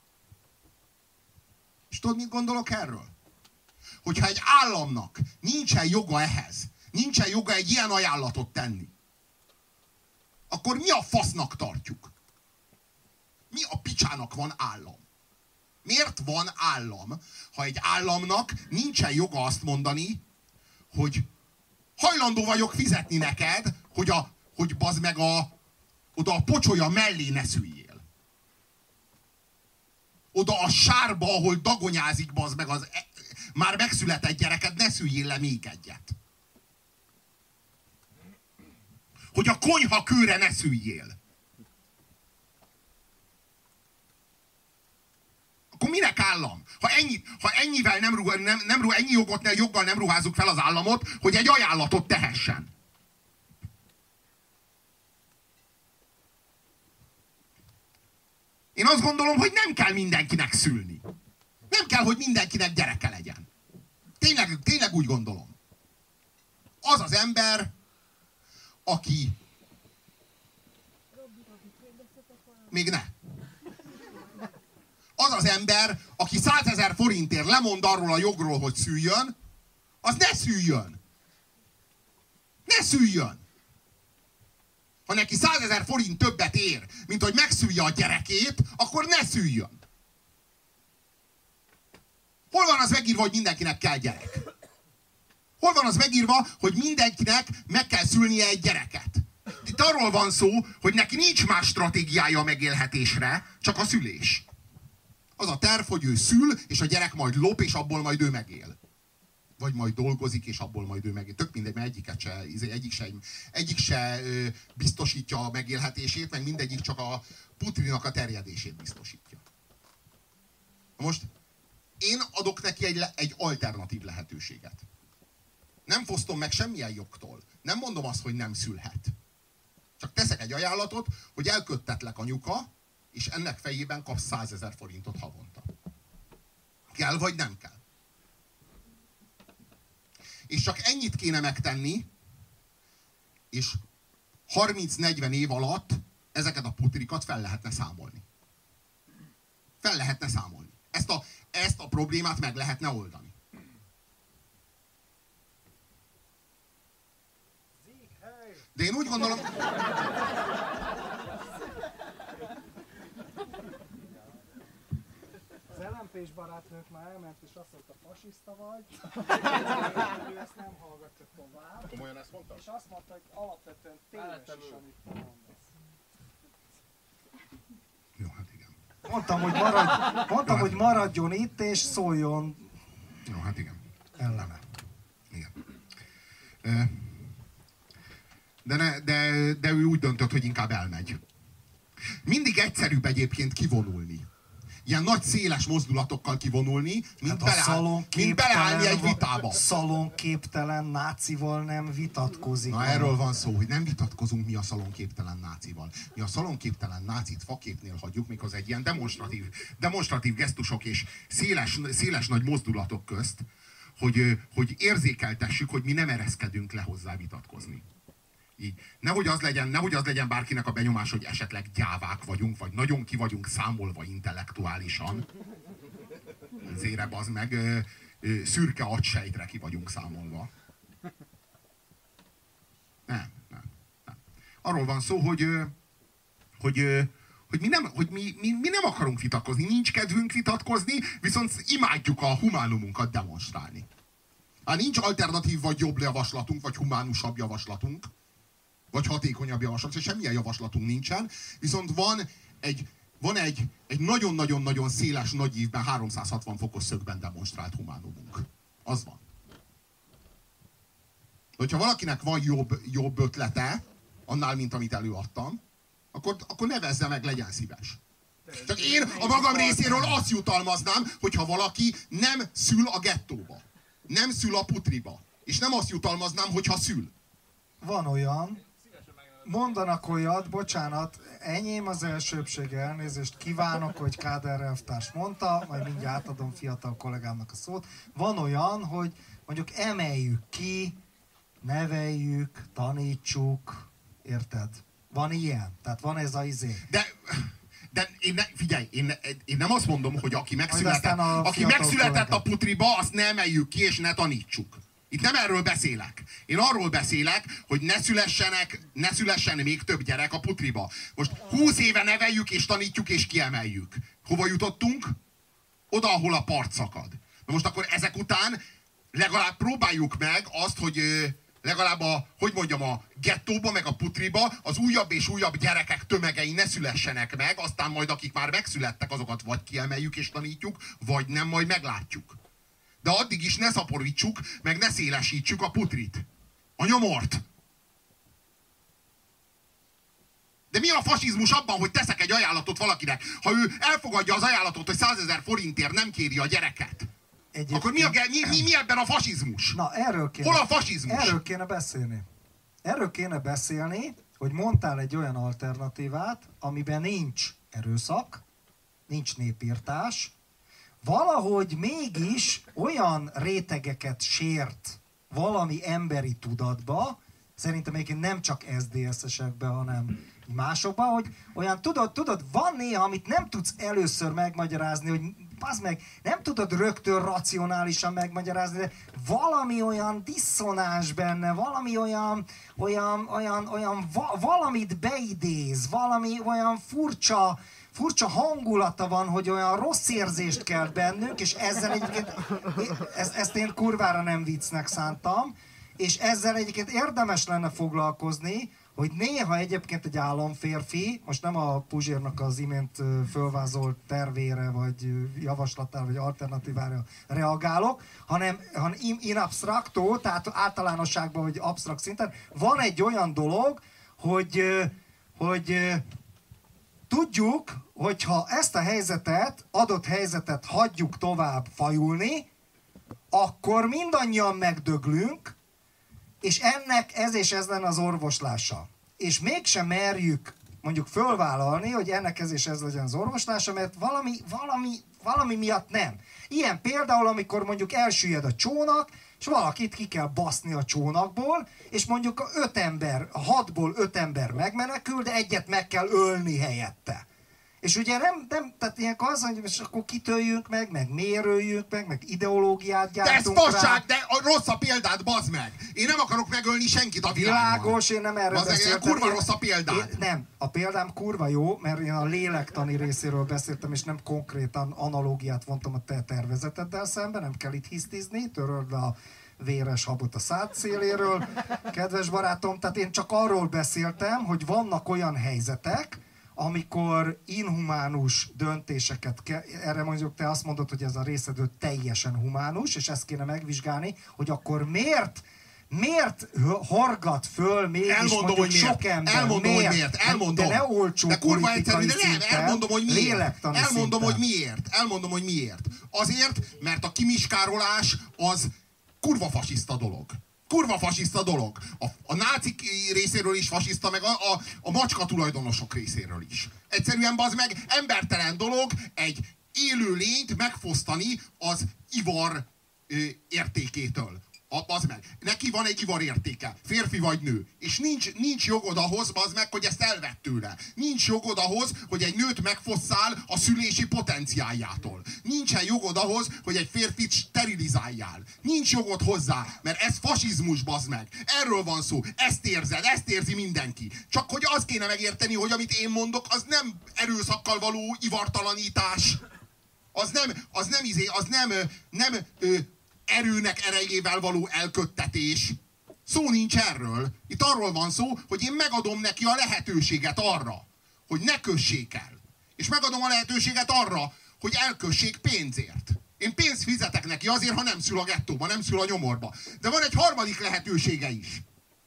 A: És tudod, mit gondolok erről? Hogyha egy államnak nincsen joga ehhez, nincsen joga egy ilyen ajánlatot tenni, akkor mi a fasznak tartjuk? Mi a picsának van állam? Miért van állam, ha egy államnak nincsen joga azt mondani, hogy hajlandó vagyok fizetni neked, hogy, a, hogy bazd meg a, oda a pocsolya mellé ne szüljél. Oda a sárba, ahol dagonyázik bazd meg az e, már megszületett gyereked, ne szüljél le még egyet. Hogy a konyha kőre ne szüljél. Akkor minek állam? Ha, ennyi, ha ennyivel nem, ruha, nem, nem ruha, ennyi jogot, ne, joggal nem ruházunk fel az államot, hogy egy ajánlatot tehessen. Én azt gondolom, hogy nem kell mindenkinek szülni. Nem kell, hogy mindenkinek gyereke legyen. Tényleg, tényleg úgy gondolom. Az az ember, aki... Még ne. Az az ember, aki százezer forintért lemond arról a jogról, hogy szüljön, az ne szüljön. Ne szüljön. Ha neki százezer forint többet ér, mint hogy megszülje a gyerekét, akkor ne szüljön. Hol van az megírva, hogy mindenkinek kell gyerek? Hol van az megírva, hogy mindenkinek meg kell szülnie egy gyereket? Itt arról van szó, hogy neki nincs más stratégiája a megélhetésre, csak a szülés. Az a terv, hogy ő szül, és a gyerek majd lop, és abból majd ő megél. Vagy majd dolgozik, és abból majd ő megél. Tök mindegy, mert egyiket se, egyik se, egyik se biztosítja a megélhetését, meg mindegyik csak a putrinak a terjedését biztosítja. Most én adok neki egy, egy alternatív lehetőséget. Nem fosztom meg semmilyen jogtól. Nem mondom azt, hogy nem szülhet. Csak teszek egy ajánlatot, hogy elköttetlek anyuka, és ennek fejében kapsz százezer forintot havonta. Kell vagy nem kell? És csak ennyit kéne megtenni, És harminc-negyven év alatt ezeket a putrikat fel lehetne számolni. Fel lehetne számolni. Ezt a, ezt a problémát meg lehetne oldani. De én úgy gondolom...
B: Az el em pés barátnők már elment, és azt mondta, fasiszta vagy. Ő ezt nem hallgatja tovább.
A: Komolyan ezt mondta?
B: És azt mondta, hogy alapvetően téves is, amit mondasz.
A: Jó, hát igen.
B: Mondtam, hogy, maradj, mondtam, hogy maradjon itt, és szóljon.
A: Jó, hát igen.
B: Ellene.
A: Igen. De, ne, de, de ő úgy döntött, hogy inkább elmegy. Mindig egyszerűbb egyébként kivonulni. Ilyen nagy, széles mozdulatokkal kivonulni, mint, hát beleáll, mint beleállni egy vitába.
B: Szalonképtelen nácival nem vitatkozik.
A: Na, erről van szó, hogy nem vitatkozunk mi a szalonképtelen nácival. Mi a szalonképtelen nácit faképnél hagyjuk, mikor egy ilyen demonstratív, demonstratív gesztusok és széles, széles nagy mozdulatok közt, hogy, hogy érzékeltessük, hogy mi nem ereszkedünk le hozzá vitatkozni. Így. Nehogy az legyen, nehogy az legyen bárkinek a benyomás, hogy esetleg gyávák vagyunk, vagy nagyon ki vagyunk számolva intellektuálisan. Zére bazd meg, ö, ö, szürke agysejtre ki vagyunk számolva. Nem, nem, nem. Arról van szó, hogy, ö, hogy, ö, hogy, mi, nem, hogy mi, mi, mi nem akarunk vitatkozni, nincs kedvünk vitatkozni, viszont imádjuk a humánumunkat demonstrálni. Hát nincs alternatív vagy jobb javaslatunk, vagy humánusabb javaslatunk, vagy hatékonyabb javaslat, semmilyen javaslatunk nincsen, viszont van egy, van egy, egy nagyon-nagyon-nagyon széles nagy ívben háromszázhatvan fokos szögben demonstrált humánumunk. Az van. Hogyha valakinek van jobb, jobb ötlete, annál, mint amit előadtam, akkor, akkor nevezze meg, legyen szíves. Csak én a magam részéről azt jutalmaznám, hogyha valaki nem szül a gettóba, nem szül a putriba, és nem azt jutalmaznám, hogyha szül.
B: Van olyan, mondanak olyat, bocsánat, enyém az elsőbség, elnézést kívánok, hogy Káder elvtárs mondta, majd mindjárt átadom fiatal kollégámnak a szót. Van olyan, hogy mondjuk emeljük ki, neveljük, tanítsuk, érted? Van ilyen, tehát van ez a izé.
A: De, de én ne, figyelj, én, ne, én nem azt mondom, hogy aki megszületett, a, aki megszületett a putriba, azt ne emeljük ki és ne tanítsuk. Itt nem erről beszélek. Én arról beszélek, hogy ne szülessenek, ne szülessen még több gyerek a putriba. Most húsz éve neveljük és tanítjuk és kiemeljük. Hova jutottunk? Oda, ahol a part szakad. Na most akkor ezek után legalább próbáljuk meg azt, hogy legalább a, hogy mondjam, a gettóba, meg a putriba az újabb és újabb gyerekek tömegei ne szülessenek meg, aztán majd akik már megszülettek, azokat vagy kiemeljük és tanítjuk, vagy nem, majd meglátjuk. De addig is ne szaporítsuk, meg ne szélesítsük a putrit. A nyomort. De mi a fasizmus abban, hogy teszek egy ajánlatot valakinek? Ha ő elfogadja az ajánlatot, hogy százezer forintért nem kéri a gyereket, egyébként... akkor mi, a, mi, mi, mi ebben a fasizmus?
B: Na, erről kéne,
A: hol a fasizmus?
B: Erről kéne beszélni. Erről kéne beszélni, hogy mondtál egy olyan alternatívát, amiben nincs erőszak, nincs népírtás, valahogy mégis olyan rétegeket sért valami emberi tudatba, szerintem egyébként nem csak es dé es-esekben, hanem másokban, hogy olyan, tudod, tudod, van néha, amit nem tudsz először megmagyarázni, hogy az meg, nem tudod rögtön racionálisan megmagyarázni, de valami olyan diszonás benne, valami olyan, olyan, olyan, olyan va, valamit beidéz, valami olyan furcsa, furcsa hangulata van, hogy olyan rossz érzést kelt bennünk, és ezzel egyébként, ezt, ezt én kurvára nem viccnek szántam, és ezzel egyébként érdemes lenne foglalkozni, hogy néha egyébként egy államférfi, most nem a Puzsérnak az imént fölvázolt tervére, vagy javaslatára, vagy alternatívára reagálok, hanem, hanem in abstracto, tehát általánosságban, vagy absztrakt szinten, van egy olyan dolog, hogy, hogy tudjuk, hogyha ezt a helyzetet, adott helyzetet hagyjuk tovább fajulni, akkor mindannyian megdöglünk, és ennek ez és ez lenne az orvoslása. És mégsem merjük mondjuk fölvállalni, hogy ennek ez és ez legyen az orvoslása, mert valami, valami, valami miatt nem. Ilyen például, amikor mondjuk elsüllyed a csónak, és valakit ki kell baszni a csónakból, és mondjuk a öt ember, a hatból öt ember megmenekül, de egyet meg kell ölni helyette. És ugye nem, nem tehát ilyenkor az, hogy és akkor kitöljünk meg, meg mérőjünk meg, meg ideológiát gyártunk.
A: De ez fasság, de a rossz a példát, bazd meg! Én nem akarok megölni senkit a világon.
B: Világos, én nem erről beszéltem.
A: Kurva rossz a példát.
B: Én, nem, a példám kurva jó, mert én a lélektani részéről beszéltem, és nem konkrétan analógiát vontam a te tervezeteddel szemben, nem kell itt hisztizni, töröld le a véres habot a szád széléről, kedves barátom. Tehát én csak arról beszéltem, hogy vannak olyan helyzetek, amikor inhumánus döntéseket kell, erre mondjuk te azt mondod, hogy ez a részedő teljesen humánus, és ezt kéne megvizsgálni, hogy akkor miért, miért horgat föl mégis
A: elmondom,
B: mondjuk
A: hogy miért.
B: sok ember,
A: elmondom,
B: miért?
A: hogy miért, elmondom.
B: De ne olcsó
A: de kurva egyszerű, de nem,
B: szinten,
A: elmondom, hogy miért. Elmondom,
B: szinten.
A: hogy miért. Elmondom, hogy miért. Azért, mert a kimiskárolás az kurva fasiszta dolog. Kurva fasiszta dolog. A, a nácik részéről is fasiszta, meg a, a, a macska tulajdonosok részéről is. Egyszerűen bazd meg, embertelen dolog egy élő lényt megfosztani az ivar ö, értékétől. A, bazd meg. Neki van egy ivar értéke. Férfi vagy nő. És nincs, nincs jogod ahhoz, bazd meg, hogy ezt elvett tőle. Nincs jogod ahhoz, hogy egy nőt megfosszál a szülési potenciáljától. Nincsen jogod ahhoz, hogy egy férfit sterilizáljál. Nincs jogod hozzá, mert ez fasizmus, bazd meg. Erről van szó. Ezt érzed, ezt érzi mindenki. Csak hogy azt kéne megérteni, hogy amit én mondok, az nem erőszakkal való ivartalanítás. Az nem, az nem izé, az nem, nem ö, erőnek erejével való elköttetés. Szó nincs erről. Itt arról van szó, hogy én megadom neki a lehetőséget arra, hogy ne kössék el. És megadom a lehetőséget arra, hogy elkössék pénzért. Én pénzt fizetek neki azért, ha nem szül a gettóba, nem szül a nyomorba. De van egy harmadik lehetősége is.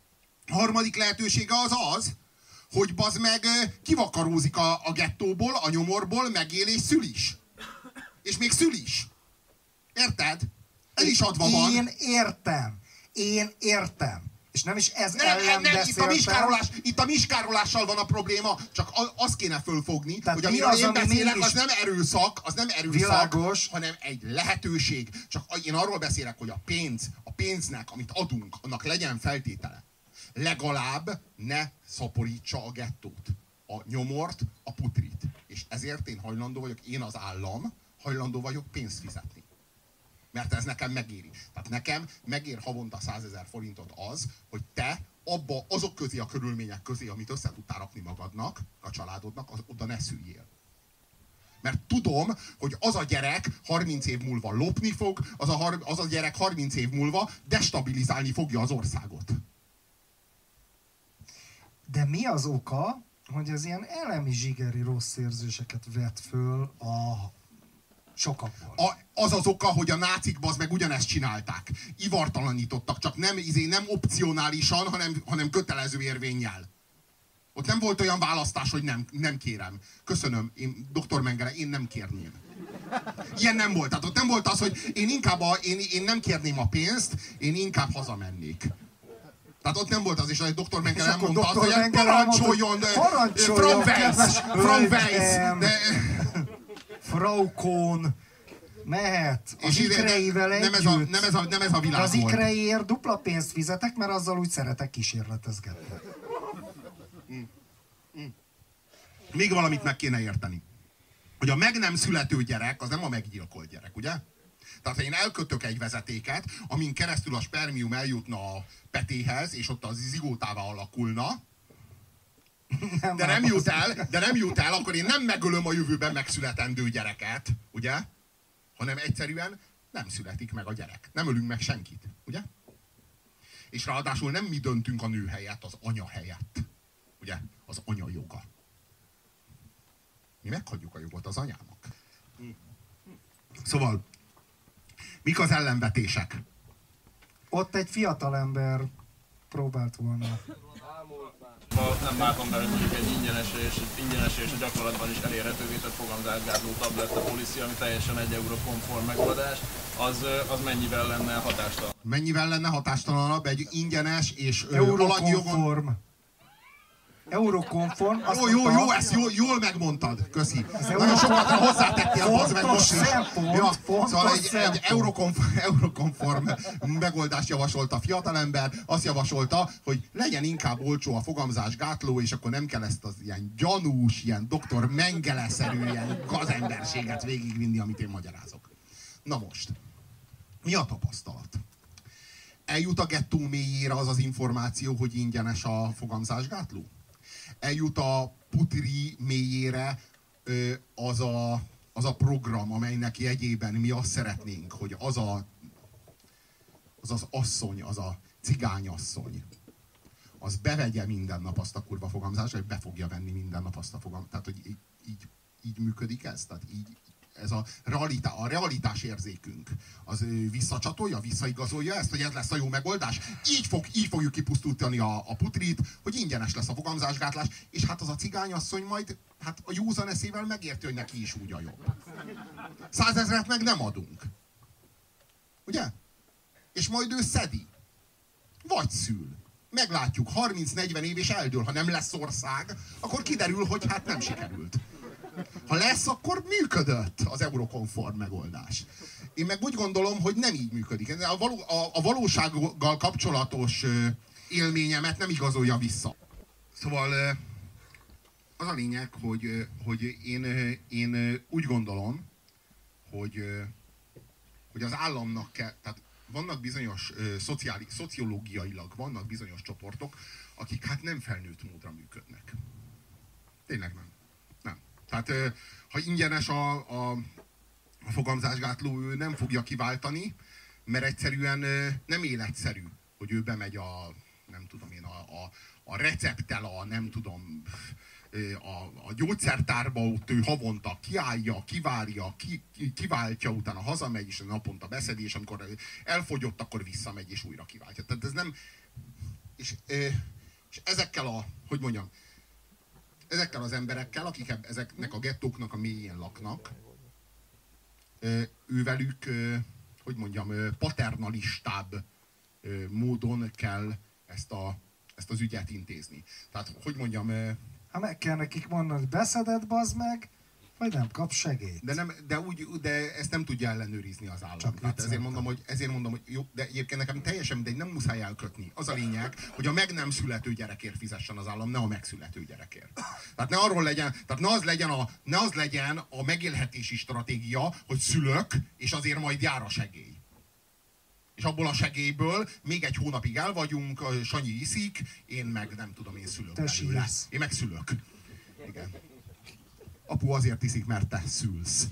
A: A harmadik lehetősége az az, hogy bazd meg kivakarózik a, a gettóból, a nyomorból, megél és szül is. És még szül is. Érted? Ez is adva van.
B: Én értem. Én értem. És nem is ez
A: nem,
B: ellen
A: nem,
B: beszéltem.
A: Itt a, miskárolás, itt a miskárolással van a probléma, csak azt kéne fölfogni,
B: tehát
A: hogy amiről
B: az,
A: én
B: ami
A: beszélek,
B: mégis...
A: az nem erőszak, az nem erőszak,
B: Világos.
A: hanem egy lehetőség. Csak én arról beszélek, hogy a pénz, a pénznek, amit adunk, annak legyen feltétele. Legalább ne szaporítsa a gettót, a nyomort, a putrit. És ezért én hajlandó vagyok, én az állam, hajlandó vagyok pénzt fizetni. Mert ez nekem megéri. Tehát nekem megér havonta százezer forintot az, hogy te abba, azok közé a körülmények közé, amit össze tudtál rakni magadnak, a családodnak, az, oda ne szüljél. Mert tudom, hogy az a gyerek harminc év múlva lopni fog, az a, az a gyerek harminc év múlva destabilizálni fogja az országot.
B: De mi az oka, hogy ez ilyen elemi zsigeri rossz érzéseket vet föl a sokakból?
A: A, az az oka, hogy a nácik bazd meg ugyanezt csinálták. Ivartalanítottak, csak nem, izé, nem opcionálisan, hanem, hanem kötelező érvénnyel. Ott nem volt olyan választás, hogy nem, nem kérem. Köszönöm, én, doktor Mengele, én nem kérném. Ilyen nem volt. Tehát ott nem volt az, hogy én inkább a, én, én nem kérném a pénzt, én inkább hazamennék. Tehát ott nem volt az is, hogy doktor Mengele nem mondta azt, hogy parancsoljon,
B: parancsoljon,
A: Frank Weiss,
B: Frau Kohn, mehet az
A: és
B: ikreivel
A: nem,
B: együtt.
A: nem, ez a, nem, ez a, nem ez a világ
B: az
A: volt.
B: ikreiért dupla pénzt fizetek, mert azzal úgy szeretek kísérletezgetni.
A: Mm. Mm. Még valamit meg kéne érteni. Hogy a meg nem születő gyerek, az nem a meggyilkolt gyerek, ugye? Tehát ha én elkötök egy vezetéket, amin keresztül a spermium eljutna a petéhez, és ott az zigótává alakulna, nem de nem jut el, de nem jut el, akkor én nem megölöm a jövőben megszületendő gyereket, ugye? Hanem egyszerűen nem születik meg a gyerek. Nem ölünk meg senkit, ugye? És ráadásul nem mi döntünk a nő helyett, az anya helyett. Ugye? Az anya joga. Mi meghagyjuk a jogot az anyának. Szóval, mik az ellenvetések?
B: Ott egy fiatalember próbált volna.
C: Nem látom bele, mondjuk egy ingyenes és, ingyenes és a gyakorlatban is elérhetővé tett fogamzásgátló tablett a policy, ami teljesen egy euró konform megoldás, az, az mennyivel lenne hatástalan?
A: Mennyivel lenne hatástalanabb egy ingyenes és
B: euró konform. Eurokonform.
A: Jó, jó, jó, ezt jól, jól megmondtad. Köszi. Nagyon sokat hozzátettél, az meg most is. Ja, szóval egy, egy eurokonform, eurokonform megoldást javasolt a fiatalember. Azt javasolta, hogy legyen inkább olcsó a fogamzásgátló, és akkor nem kell ezt az ilyen gyanús, ilyen doktor Mengele-szerű, ilyen gazemberséget végigvinni, amit én magyarázok. Na most, mi a tapasztalat? Eljut a gettó mélyére az az információ, hogy ingyenes a fogamzásgátló? Eljut a putri mélyére az a, az a program, amelynek jegyében mi azt szeretnénk, hogy az a, az, az asszony, az a cigányasszony, az bevegye minden nap azt a kurva fogamzást, vagy be fogja venni minden nap azt a fogamzást. Tehát, hogy így, így, így működik ez? Tehát így, ez a, realitá, a realitás érzékünk, az visszacsatolja, visszaigazolja ezt, hogy ez lesz a jó megoldás. Így, fog, így fogjuk kipusztítani a, a putrit, hogy ingyenes lesz a fogamzásgátlás, és hát az a cigányasszony majd hát a józan eszével megérti, hogy neki is úgy a jobb. Százezret meg nem adunk. Ugye? És majd ő szedi. Vagy szül. Meglátjuk, harminc-negyven év és eldől, ha nem lesz ország, akkor kiderül, hogy hát nem sikerült. Ha lesz, akkor működött az eurokonform megoldás. Én meg úgy gondolom, hogy nem így működik. A, való, a, a valósággal kapcsolatos élményemet nem igazolja vissza. Szóval az a lényeg, hogy, hogy én, én úgy gondolom, hogy, hogy az államnak kell, tehát vannak bizonyos szociális, szociológiailag vannak bizonyos csoportok, akik hát nem felnőtt módra működnek. Tényleg nem. Nem. Tehát ha ingyenes a, a, a fogamzásgátló, ő nem fogja kiváltani, mert egyszerűen nem életszerű, hogy ő bemegy a, nem tudom én, a, a, a recepttel, a nem tudom, a, a gyógyszertárba, ott ő havonta kiállja, kivárja, ki, kiváltja, utána hazamegy, és naponta beszedi, és amikor elfogyott, akkor visszamegy, és újra kiváltja. Tehát ez nem... És, és ezekkel a, hogy mondjam, ezekkel az emberekkel, akik ezeknek a gettóknak a mélyén laknak, ővelük, hogy mondjam, paternalistább módon kell ezt, a, ezt az ügyet intézni. Tehát, hogy mondjam...
B: Hát meg kell nekik mondani, hogy beszeded, bazd meg, vagy nem kap segélyt.
A: De, nem, de, úgy, de ezt nem tudja ellenőrizni az állam.
B: Csak
A: Tehát ezért mondom, hogy, ezért mondom, hogy jó, de egyébként nekem teljesen mindegy, nem muszáj elkötni. Az a lényeg, hogy a meg nem születő gyerekért fizessen az állam, ne a megszülető gyerekért. Tehát ne arról legyen, tehát ne az legyen a, ne az legyen a megélhetési stratégia, hogy szülök, és azért majd jár a segély. És abból a segélyből még egy hónapig el vagyunk, Sanyi iszik, én meg nem tudom, én szülök belőle. Én meg szülök. Igen. Apu azért iszik, mert te szülsz.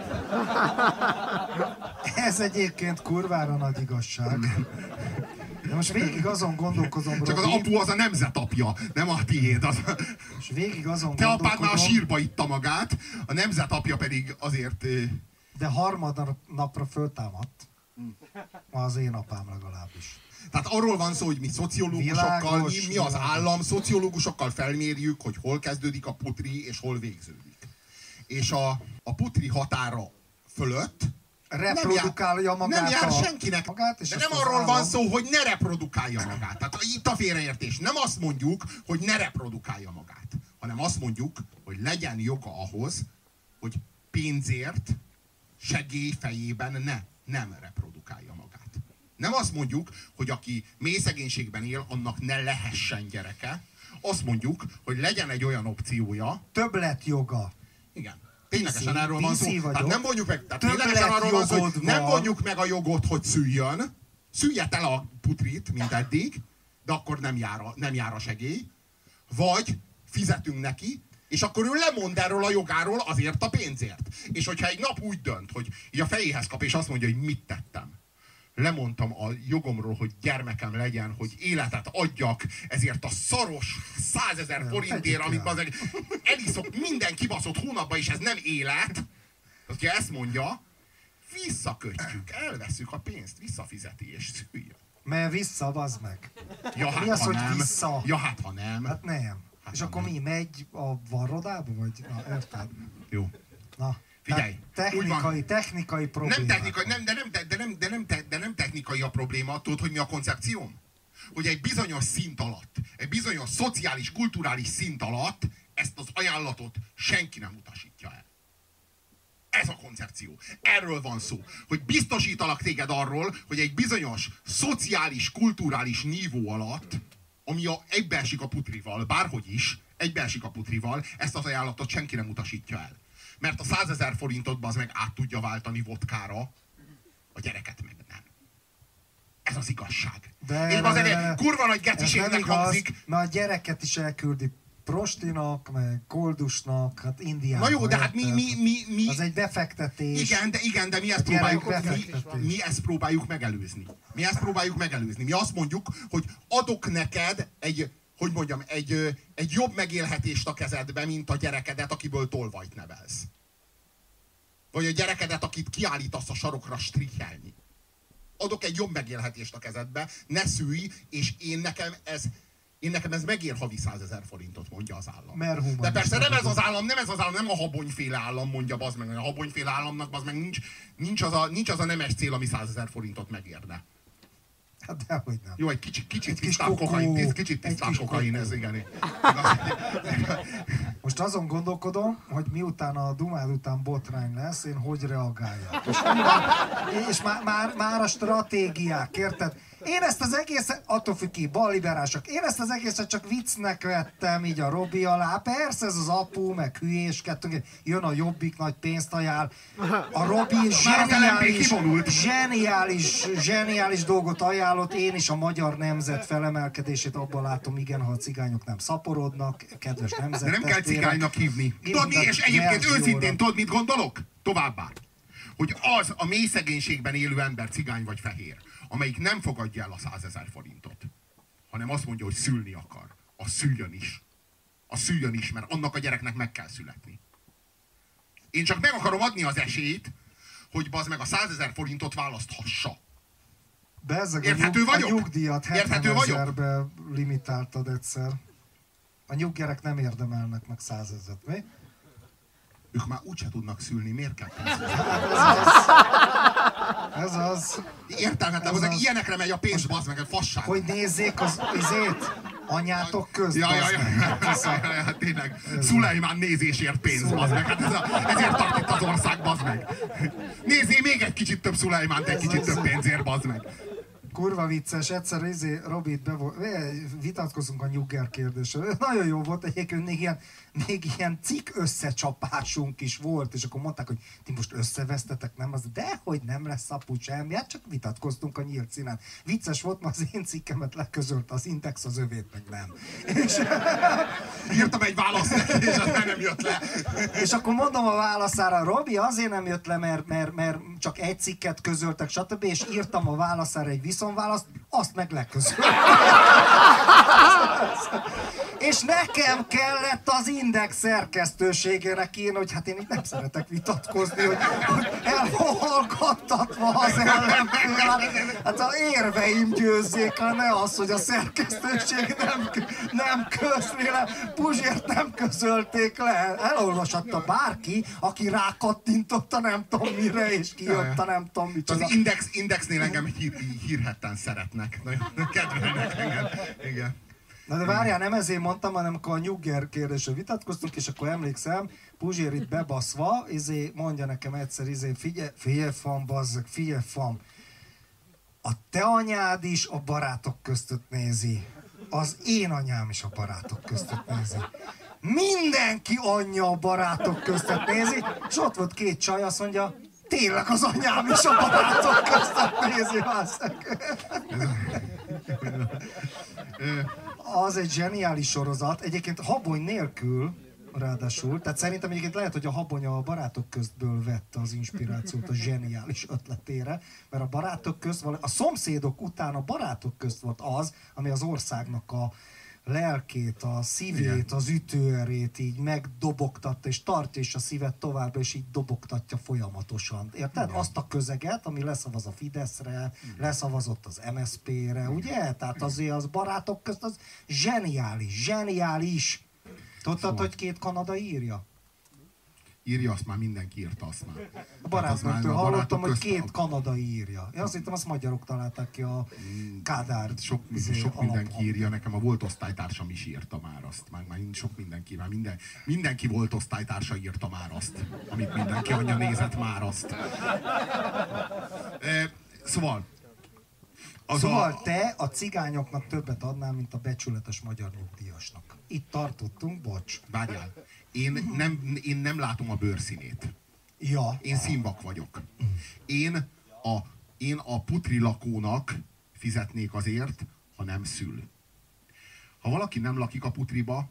B: Ez egyébként kurvára nagy igazság. De most végig azon gondolkozom,
A: csak Robi, az apu az a nemzetapja, nem a tiéd. Az...
B: És végig azon
A: te apád már a sírba itta magát, a nemzetapja pedig azért...
B: De harmadnapra föltámadt. Az én apám legalábbis.
A: Tehát arról van szó, hogy mi szociológusokkal, világos, mi, mi az állam, szociológusokkal felmérjük, hogy hol kezdődik a putri és hol végződik. És a, a putri határa fölött
B: reprodukálja magát,
A: nem jár senkinek,
B: magát, és
A: de nem arról állam... van szó, hogy ne reprodukálja magát. Tehát itt a félreértés. Nem azt mondjuk, hogy ne reprodukálja magát, hanem azt mondjuk, hogy legyen joga ahhoz, hogy pénzért, segély fejében ne, nem reprodukálja magát. Nem azt mondjuk, hogy aki mély szegénységben él, annak ne lehessen gyereke. Azt mondjuk, hogy legyen egy olyan opciója.
B: Többletjoga.
A: Igen. Ténylegesen erről van szó. Tehát nem vonjuk meg, tehát ténylegesen arról van szó, hogy nem vonjuk meg a jogot, hogy szüljön. Szüljet el a putrit, mint eddig, de akkor nem jár a, nem jár a segély. Vagy fizetünk neki, és akkor ő lemond erről a jogáról azért a pénzért. És hogyha egy nap úgy dönt, hogy így a fejéhez kap, és azt mondja, hogy mit tettem. Lemondtam a jogomról, hogy gyermekem legyen, hogy életet adjak ezért a szaros százezer forintért, amit az eliszok minden kibaszott hónapban, és ez nem élet. Hogyha ezt mondja, visszakötjük, elveszük a pénzt, visszafizeti és szüljön.
B: Mert vissza, bazd meg.
A: Ja, hát,
B: mi az, hogy
A: nem.
B: vissza?
A: Ja, hát ha nem.
B: Hát nem. Hát és akkor nem. Mi megy a varrodába, vagy? Na, érted?
A: Jó.
B: Na.
A: Figyelj,
B: technikai, technikai probléma.
A: Nem technikai, nem, de, nem, de, nem, de, nem, de nem technikai a probléma. Tudod, hogy mi a koncepcióm? hogy egy bizonyos szint alatt, egy bizonyos szociális, kulturális szint alatt ezt az ajánlatot senki nem utasítja el. Ez a koncepció. Erről van szó. Hogy biztosítalak téged arról, hogy egy bizonyos szociális, kulturális nívó alatt, ami a, egybeesik a putrival, bárhogy is, egybeesik a putrival, ezt az ajánlatot senki nem utasítja el. Mert a százezer forintotban az meg át tudja váltani vodkára, a gyereket meg nem. Ez az igazság.
B: De,
A: és az egy kurva nagy geciségnek hangzik.
B: Mert a gyereket is elküldi prostinak, meg koldusnak, hát Indiában.
A: Na jó, de hát mi, mi, mi, mi...
B: Az egy befektetés.
A: Igen, de, igen, de mi ezt, próbáljuk, mi, mi ezt próbáljuk megelőzni. Mi ezt próbáljuk megelőzni. Mi azt mondjuk, hogy adok neked egy, hogy mondjam, egy, egy jobb megélhetést a kezedbe, mint a gyerekedet, akiből tolvajt nevelsz. Vagy a gyerekedet, akit kiállítasz a sarokra strichelni. Adok egy jobb megélhetést a kezedbe, ne szülj, és én nekem ez... Én nekem ez megér havi százezer forintot, mondja az állam.
B: Merhuman.
A: De persze nem ez az állam, nem ez az állam, nem a habonyféle állam mondja, bazd meg, a habonyféle államnak bazd meg nincs, nincs, az a, nincs az a nemes cél, ami százezer forintot megérne.
B: Hát dehogy nem.
A: Jó, egy kicsit, kicsit
B: egy
A: tisztább
B: kis
A: kokain, kicsit tisztább kokain, ez igen.
B: Most azon gondolkodom, hogy miután a Dumád után botrány lesz, én hogy reagáljak. És, és már, már, már a stratégiák, érted? Én ezt az egészet, attól függ ki, balliberások, én ezt az egészet csak viccnek vettem így a Robi alá. Persze ez az apu, meg hülyéskedtünk, jön a Jobbik, nagy pénzt ajánl. A Robi zseniális, zseniális, zseniális dolgot ajánlott, én is a magyar nemzet felemelkedését abban látom, igen, ha a cigányok nem szaporodnak, kedves nemzet.
A: De nem kell cigánynak hívni. Tudod mi, és egyébként őszintén tudod, mit gondolok? Továbbá. Hogy az a mély szegénységben élő ember, cigány vagy fehér, amelyik nem fogadja el a százezer forintot, hanem azt mondja, hogy szülni akar. A szüljön is. A szüljön is, mert annak a gyereknek meg kell születni. Én csak meg akarom adni az esélyt, hogy bazd meg a százezer forintot választhassa.
B: Bezzeg,
A: Érthető
B: a,
A: vagyok?
B: a nyugdíjat
A: Érthető vagyok?
B: hetvenezerbe limitáltad egyszer. A nyuggerek nem érdemelnek meg százezret, mi?
A: Ők már úgyse tudnak szülni, miért kell pénzt?
B: Ez az.
A: Értelmetlen, hogy ilyenekre megy a pénz, bazd meg, a fasság.
B: Hogy nézzék az izét, anyátok közt,
A: ja, ja, ja, ja, ja, ja, tényleg. Szulejmán nézésért pénz, bazd meg. Hát ez a, ezért tart itt az ország, bazd meg. Nézzél még egy kicsit több Szulejmánt, egy kicsit több pénzért, bazd meg.
B: Kurva vicces, egyszer izé, Robit bevo... vitatkozunk a nyugger kérdésről. Nagyon jó volt, egyébként még ilyen, még ilyen cikk összecsapásunk is volt, és akkor mondták, hogy ti most összevesztetek, nem az, de hogy nem lesz apu semmi, hát csak vitatkoztunk a nyílt színen. Vicces volt, mert az én cikkemet leközölt az Index, az övét meg nem. És...
A: írtam egy választ, és az nem jött le.
B: És akkor mondom a válaszára, Robi, azért nem jött le, mert, mert, mert csak egy cikket közöltek, stb. És írtam a válaszára egy viszonválaszt, azt meg leközölt. És nekem kellett az Index szerkesztőségének írni, hogy hát én így nem szeretek vitatkozni, hogy, hogy elhallgattatva az ellenfél. Hát az érveim győzzék, ha ne az, hogy a szerkesztőség nem, nem közli le, Puzsért nem közölték le. Elolvashatta bárki, aki rákattintotta nem tudom mire, és kijött a nem tudom micsoda.
A: Az Index, Indexnél engem hír, hírhetten szeretnek. Nagyon kedvelnek engem. Igen.
B: Na de várjál, nem ezért mondtam, hanem akkor a nyugger kérdésről vitatkoztunk, és akkor emlékszem, Puzsér itt bebaszva, izé, mondja nekem egyszer, izé, figyelj, figyelj fam, bazzeg, figyelj fam, a te anyád is a barátok között nézi, az én anyám is a barátok között nézi. Mindenki anyja a barátok között nézi, és ott volt két csaj, azt mondja, tényleg az anyám is a barátok között nézi, basszeg. Az egy zseniális sorozat, egyébként habony nélkül, ráadásul, tehát szerintem egyébként lehet, hogy a Habonya a barátok köztből vette az inspirációt a zseniális ötletére, mert a barátok közt, a szomszédok után a barátok közt volt az, ami az országnak a lelkét, a szívét, az ütőerét így megdobogtatta, és tartja is a szívet továbbra, és így dobogtatja folyamatosan. Érted? Igen. Azt a közeget, ami leszavaz a Fideszre, igen, leszavazott az em es zé pé-re, ugye? Tehát azért az barátok közt az zseniális, zseniális. Tudtad, hogy két kanadai írja?
A: Írja, azt már mindenki írta, azt már.
B: A barátnőmtől hallottam, hogy két kanadai írja. Én azt hittem, azt magyarok találták ki a Kádár.
A: Sok, sok mindenki írja, nekem a volt osztálytársam is írta már azt. Már, már sok mindenki, már minden, mindenki volt osztálytársa írta már azt. Amit mindenki anyja nézett már azt. E, szóval...
B: Szóval a... te a cigányoknak többet adnál, mint a becsületes magyar nyugdíjasnak. Itt tartottunk, bocs.
A: Várjál. Én nem, én nem látom a bőrszínét.
B: Ja.
A: Én színvak vagyok. Én a, én a putri lakónak fizetnék azért, ha nem szül. Ha valaki nem lakik a putriba,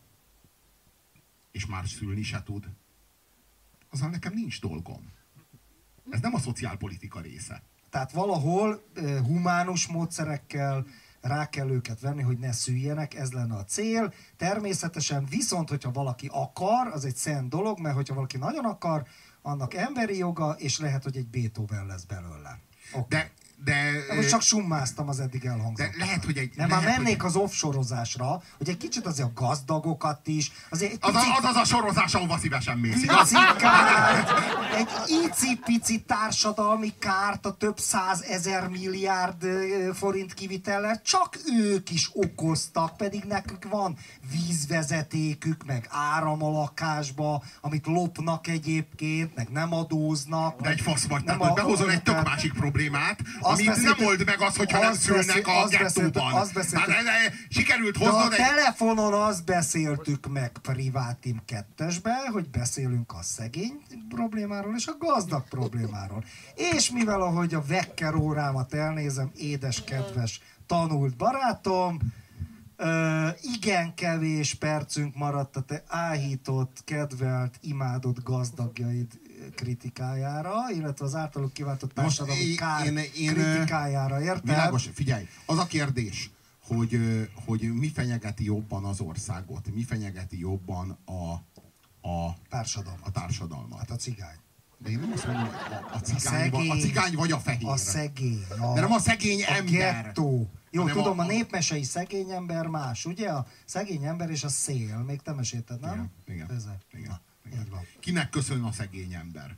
A: és már szülni se tud, azzal nekem nincs dolgom. Ez nem a szociálpolitika része.
B: Tehát valahol eh, humánus módszerekkel rá kell őket venni, hogy ne szüljenek, ez lenne a cél. Természetesen viszont, hogyha valaki akar, az egy szent dolog, mert hogyha valaki nagyon akar, annak emberi joga, és lehet, hogy egy Beethoven lesz belőle. Okay.
A: De, de,
B: de most csak summáztam az eddig elhangzott.
A: De lehet, hogy egy...
B: Nem,
A: lehet,
B: már mennék
A: hogy...
B: az off-sorozásra, hogy egy kicsit azért a gazdagokat is... Azért
A: az,
B: picit...
A: az az a sorozás, ahova szívesen mész.
B: Picikát, egy icipici társadalmi kárt a több százezer milliárd forint kivitellel csak ők is okoztak, pedig nekük van vízvezetékük, meg áram a lakásba, amit lopnak egyébként, meg nem adóznak.
A: De egy fasz vagy, tehát a, behozol egy tök másik problémát, amit
B: beszélt,
A: nem old meg az, hogyha nem szülnek a gettóban. Tehát sikerült hoznod
B: egy... a telefonon azt beszéltük meg Privátim kettesbe, hogy beszélünk a szegény problémáról és a gazdag problémáról. És mivel ahogy a Wecker órámat elnézem, édes, kedves, tanult barátom, Uh, igen kevés percünk maradt a te áhított, kedvelt, imádott gazdagjaid kritikájára, illetve az általuk kiváltott társadalmi kár én, én, kritikájára, érted?
A: Világos, figyelj, az a kérdés, hogy, hogy mi fenyegeti jobban az országot, mi fenyegeti jobban a, a,
B: társadalmat.
A: a társadalmat.
B: Hát a cigány.
A: De én nem azt mondom, hogy a, a, cigány,
B: a, szegény,
A: a cigány vagy a fehér.
B: A szegény. A,
A: de nem a szegény
B: a
A: ember.
B: Gettó. Jó, tudom, a,
A: a
B: népmesei szegény ember más, ugye? A szegény ember és a szél. Még te mesélted, nem?
A: Igen, igen, igen,
B: Na,
A: igen.
B: Van.
A: Kinek köszön a szegény ember?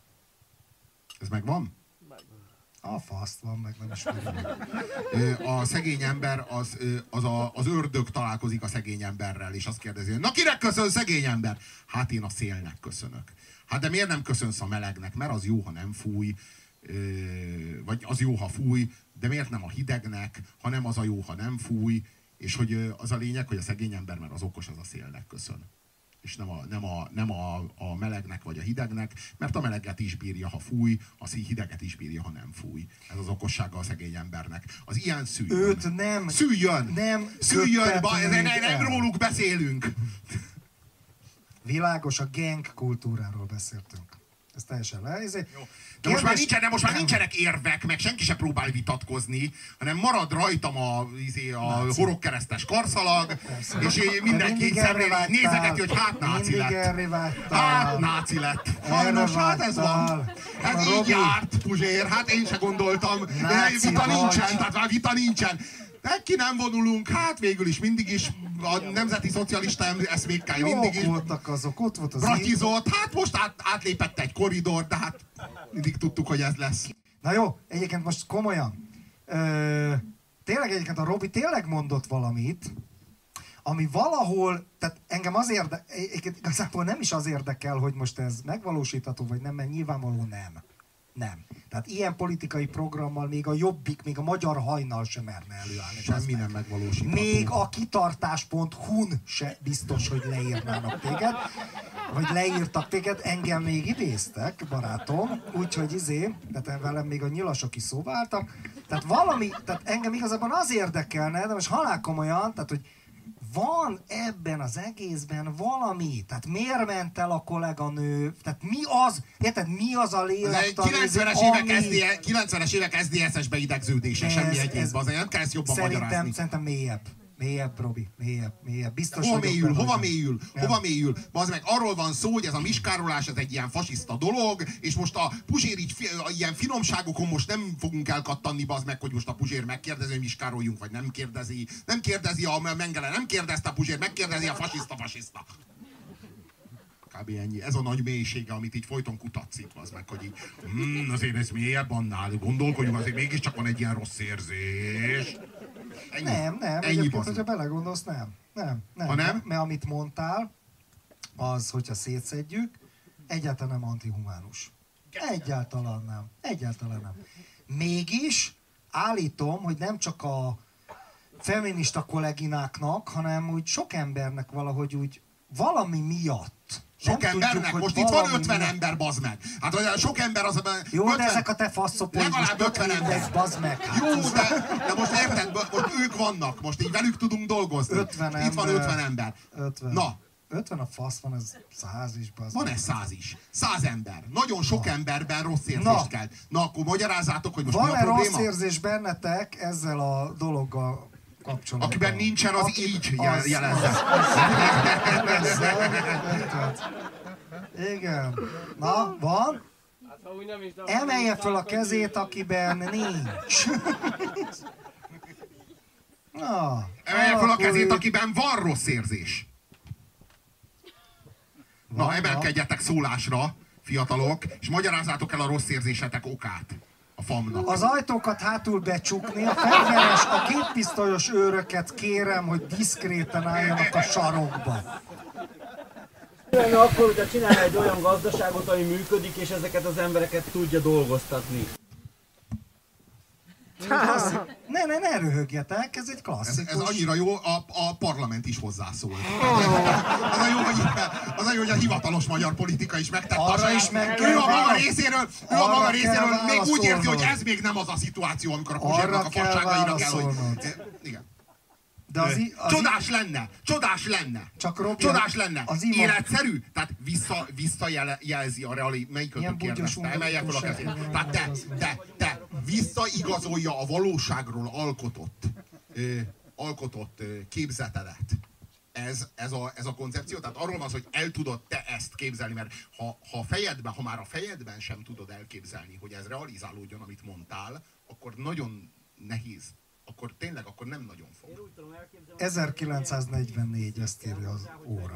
A: Ez megvan?
B: A faszt van, meg nem is
A: A szegény ember, az, az, a, az ördög találkozik a szegény emberrel, és azt kérdezi, na kinek köszön szegény ember? Hát én a szélnek köszönök. Hát de miért nem köszönsz a melegnek? Mert az jó, ha nem fúj, vagy az jó, ha fúj, de miért nem a hidegnek, hanem az a jó, ha nem fúj, és hogy az a lényeg, hogy a szegény ember, mert az okos, az a szélnek köszön. És nem, a, nem, a, nem a, a melegnek vagy a hidegnek, mert a meleget is bírja, ha fúj, a hideget is bírja, ha nem fúj. Ez az okossága a szegény embernek. Az ilyen szüljön.
B: Őt nem...
A: Szüljön!
B: Nem
A: szüljön! Ba, nem, nem róluk beszélünk!
B: Világos, a gang kultúráról beszéltünk. Ez teljesen le. Ez
A: de kérdés... most már, nincsen, de most már nincsenek érvek, meg senki se próbál vitatkozni, hanem marad rajtam a, a horogkeresztes karszalag, persze. És mindenki szemléli, nézegeti, hogy hát náci lett. Hát náci lett. Sajnos, hát ez van. Ez így Robi... járt, Puzsér, hát én se gondoltam. Náci vita vagy. Nincsen, tehát már vita nincsen. De ki nem vonulunk, hát végül is mindig is a nemzeti szocialista eszmékkel mindig is
B: voltak azok, ott volt az
A: bratizott, hát most át, átlépett egy korridor, de hát mindig tudtuk, hogy ez lesz.
B: Na jó, egyébként most komolyan. Ö, tényleg egyébként a Robi tényleg mondott valamit, ami valahol, tehát engem az érdekel, igazából nem is az érdekel, hogy most ez megvalósítható, vagy nem, mert nyilvánvaló nem. Nem. Tehát ilyen politikai programmal még a Jobbik, még a Magyar Hajnal sem merne előállni.
A: Semmi nem megvalósítható.
B: Még a kitartás pont hu-n se biztos, hogy leírnának téged. Vagy leírtak téged, engem még idéztek, barátom. Úgyhogy izé, tehát velem még a nyilasok is szóba álltak. Tehát valami, tehát engem igazából az érdekelne, de most halál komolyan, tehát hogy van ebben az egészben valami, tehát miért ment el a kolléganő, tehát mi az, érted, mi az a lélektan,
A: kilencvenes évek, ami... kilencvenes évek es zé dé es-es beidegződése, semmi egyéb, azért nem kell ezt jobban
B: szerintem,
A: magyarázni.
B: Szerintem mélyebb. Mélyebb, Robi, mélyebb, mélyebb. Biztos
A: hova mélyül, hova mélyül,
B: nem.
A: hova mélyül? Bazd meg, arról van szó, hogy ez a miskárolás, ez egy ilyen fasiszta dolog, és most a Puzsér így ilyen finomságokon most nem fogunk elkattanni, bazd meg, hogy most a Puzsér megkérdezi, hogy miskároljunk, vagy nem kérdezi. Nem kérdezi a Mengele, nem kérdezte a Puzsér, megkérdezi a fasiszta fasiszta. Kb. Ennyi. Ez a nagy mélysége, amit így folyton kutatsz itt, az meg, hogy így, hmm, azért ez mélyebb annál, gondolkodjunk, azért mégiscsak van egy ilyen rossz érzés. Ennyi.
B: Nem, nem,
A: Ennyi,
B: egyébként, hogyha belegondolsz, nem. Nem, nem,
A: ha nem?
B: nem, mert amit mondtál, az, hogyha szétszedjük, egyáltalán nem antihumánus. Egyáltalán nem. Egyáltalán nem. Mégis állítom, hogy nem csak a feminista kollégináknak, hanem úgy sok embernek valahogy úgy valami miatt.
A: Sok
B: nem
A: embernek?
B: tudjuk,
A: most itt van ötven
B: miatt...
A: ember, bazd meg. Hát hogy sok ember az...
B: Jó,
A: ötven...
B: de ezek a te faszopóid most
A: ötven ember.
B: bazd meg. Hát
A: jó, de, de most érted, most ők vannak, most így velük tudunk dolgozni.
B: ötven
A: itt van ötven ember.
B: ötven.
A: Na.
B: ötven a fasz van, ez száz is, bazd
A: Van
B: meg.
A: ez száz is. száz ember. Nagyon sok
B: Na.
A: emberben rossz érzést
B: Na.
A: kell. Na, akkor magyarázzátok, hogy most
B: Van
A: mi a
B: -e
A: probléma?
B: rossz érzés bennetek ezzel a dologgal kapcsolatban?
A: Akiben nincsen, az
B: Aki,
A: így jel, jelezze.
B: Igen. Na, van? Emelje fel a kezét, akiben nincs. Na,
A: Emelje fel a kezét,
B: így...
A: akiben van rossz érzés. Na,
B: Van,
A: emelkedjetek szólásra, fiatalok, és magyarázzátok el a rossz érzésetek okát. A famnak.
B: Az ajtókat hátul becsukni, a fegyveres, a kétpisztolyos őröket kérem, hogy diszkréten álljanak a sarokba.
D: Lenne akkor, hogyha csinálna egy olyan gazdaságot, ami működik, és ezeket az embereket tudja dolgoztatni.
B: Ne, ne, ne röhögjetek, ez egy
A: Ez,
B: klasszikus.
A: ez annyira jó, a, a parlament is hozzászól. Az a jó, hogy, az a jó, hogy a hivatalos magyar politika is megtette
B: Arra
A: a saját.
B: is meg
A: Ő
B: kell
A: a maga
B: válasz-
A: részéről, ő a
B: arra
A: maga
B: kell
A: részéről még úgy érzi, hogy
B: válaszolnod.
A: ez még nem az a szituáció, amikor a
B: Arra
A: Puzsérnak a
B: kell
A: fasságaira kell, hogy...
B: válaszolnod.
A: Igen.
B: De az, i- az
A: Csodás lenne, csodás lenne.
B: Csak Robi,
A: Csodás lenne.
B: az ima-
A: Életszerű? Tehát vissza, visszajelzi a reali... Melyikötök
B: Ilyen bugyos
A: kérdezte? Emelje fel a kezét.
B: undorító
A: Tehát te,
B: semmi
A: te, te visszaigazolja a valóságról alkotott, ö, alkotott ö, képzetedet. Ez, ez, a, ez a koncepció. Tehát arról van szó, hogy el tudod te ezt képzelni, mert ha, ha, a fejedben, ha már a fejedben sem tudod elképzelni, hogy ez realizálódjon, amit mondtál, akkor nagyon nehéz. Akkor tényleg, akkor nem nagyon fog.
B: ezerkilencszáznegyvennégy, ezt írja az óra.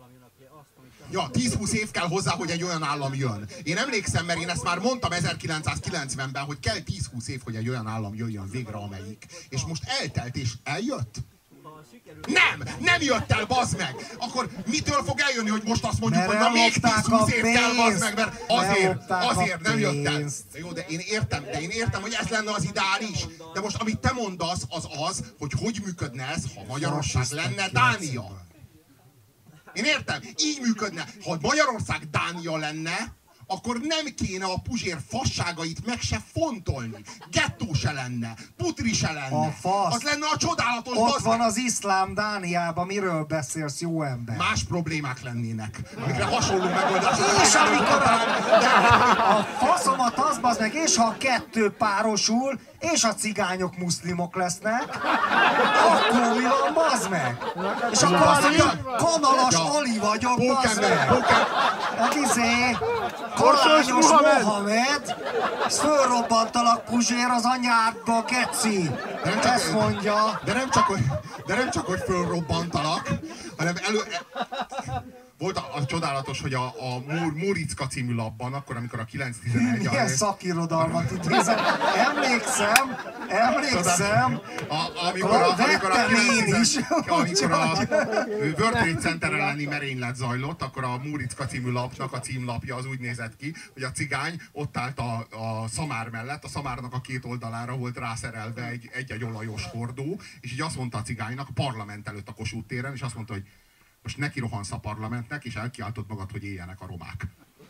A: Ja, tíz-húsz év kell hozzá, hogy egy olyan állam jön. Én emlékszem, mert én ezt már mondtam ezerkilencszázkilencvenben, hogy kell tíz-húsz év, hogy egy olyan állam jöjjön végre, amelyik. És most eltelt, és eljött? Nem! Nem jött el, bazd meg! Akkor mitől fog eljönni, hogy most azt mondjuk,
B: Mert
A: hogy na még
B: ellopták
A: tíz-húsz
B: a
A: év kell, bazd meg, mert azért,
B: Ellopták a
A: azért nem jött el.
B: pénzt.
A: De jó, de én értem, de én értem, hogy ez lenne az ideális. De most amit te mondasz, az az, hogy hogy működne ez, ha Magyarország lenne Dánia. Én értem, így működne. Ha Magyarország Dánia lenne, akkor nem kéne a Puzsér fasságait meg se fontolni. Gettó se lenne, putri se lenne.
B: A fasz.
A: Az lenne a csodálatos.
B: Ott
A: bazd
B: van
A: meg.
B: az iszlám Dániában, miről beszélsz, jó ember?
A: Más problémák lennének, amikre hasonló megoldások.
B: És amikor a, a faszomat az bazd meg, és ha a kettő párosul, és a cigányok muszlimok lesznek, akkor mi van, bazd meg? És akkor azt mondja, kanalas
A: Ja.
B: Ali vagyok, bazd
A: Pókember,
B: meg.
A: pókember.
B: A izé, kalányos Mohamed, ezt fölrobbantalak Puzsér az anyádba, geci.
A: nem csak-
B: Ezt mondja.
A: De nem csak, hogy, de nem csak, hogy fölrobbantalak, hanem elő... Volt a, a csodálatos, hogy a, a Múr, Múricka című lapban, akkor, amikor a kilenc tizenegy...
B: Milyen szakirodalmat idézem. Emlékszem, emlékszem.
A: A, amikor, a, amikor, a
B: Vettem én
A: kilenc
B: is.
A: amikor a World Trade Center elleni merénylet zajlott, akkor a Múricka című lapnak a címlapja az úgy nézett ki, hogy a cigány ott állt a, a szamár mellett, a szamárnak a két oldalára volt rászerelve egy, egy-egy olajos hordó, és így azt mondta a cigánynak a parlament előtt a Kossuth téren, és azt mondta, hogy most neki rohansz a parlamentnek, és elkiáltod magad, hogy éljenek a romák.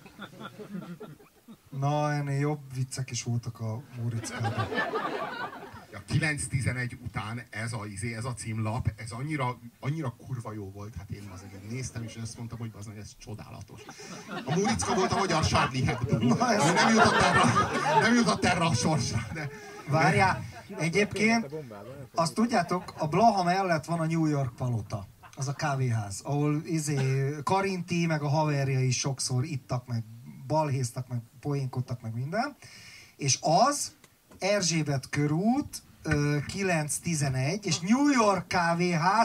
B: Na, ennél jobb viccek is voltak a Móriczkában.
A: A kilenc tizenegy után ez a, izé, ez a címlap, ez annyira, annyira kurva jó volt, hát én azért így néztem, és azt mondtam, hogy az, ez csodálatos. A Múricka volt a magyar Charlie Hebdo. Ő nem jutott erre, nem jutott erre a sorsra, de...
B: Várjál, egyébként azt tudjátok, a Blaha mellett van a New York palota. Az a kávéház, ahol izé, Karinti, meg a haverjai is sokszor ittak, meg balhéztak, meg poénkodtak, meg minden. És az Erzsébet körút kilenc tizenegy, és New York kávéház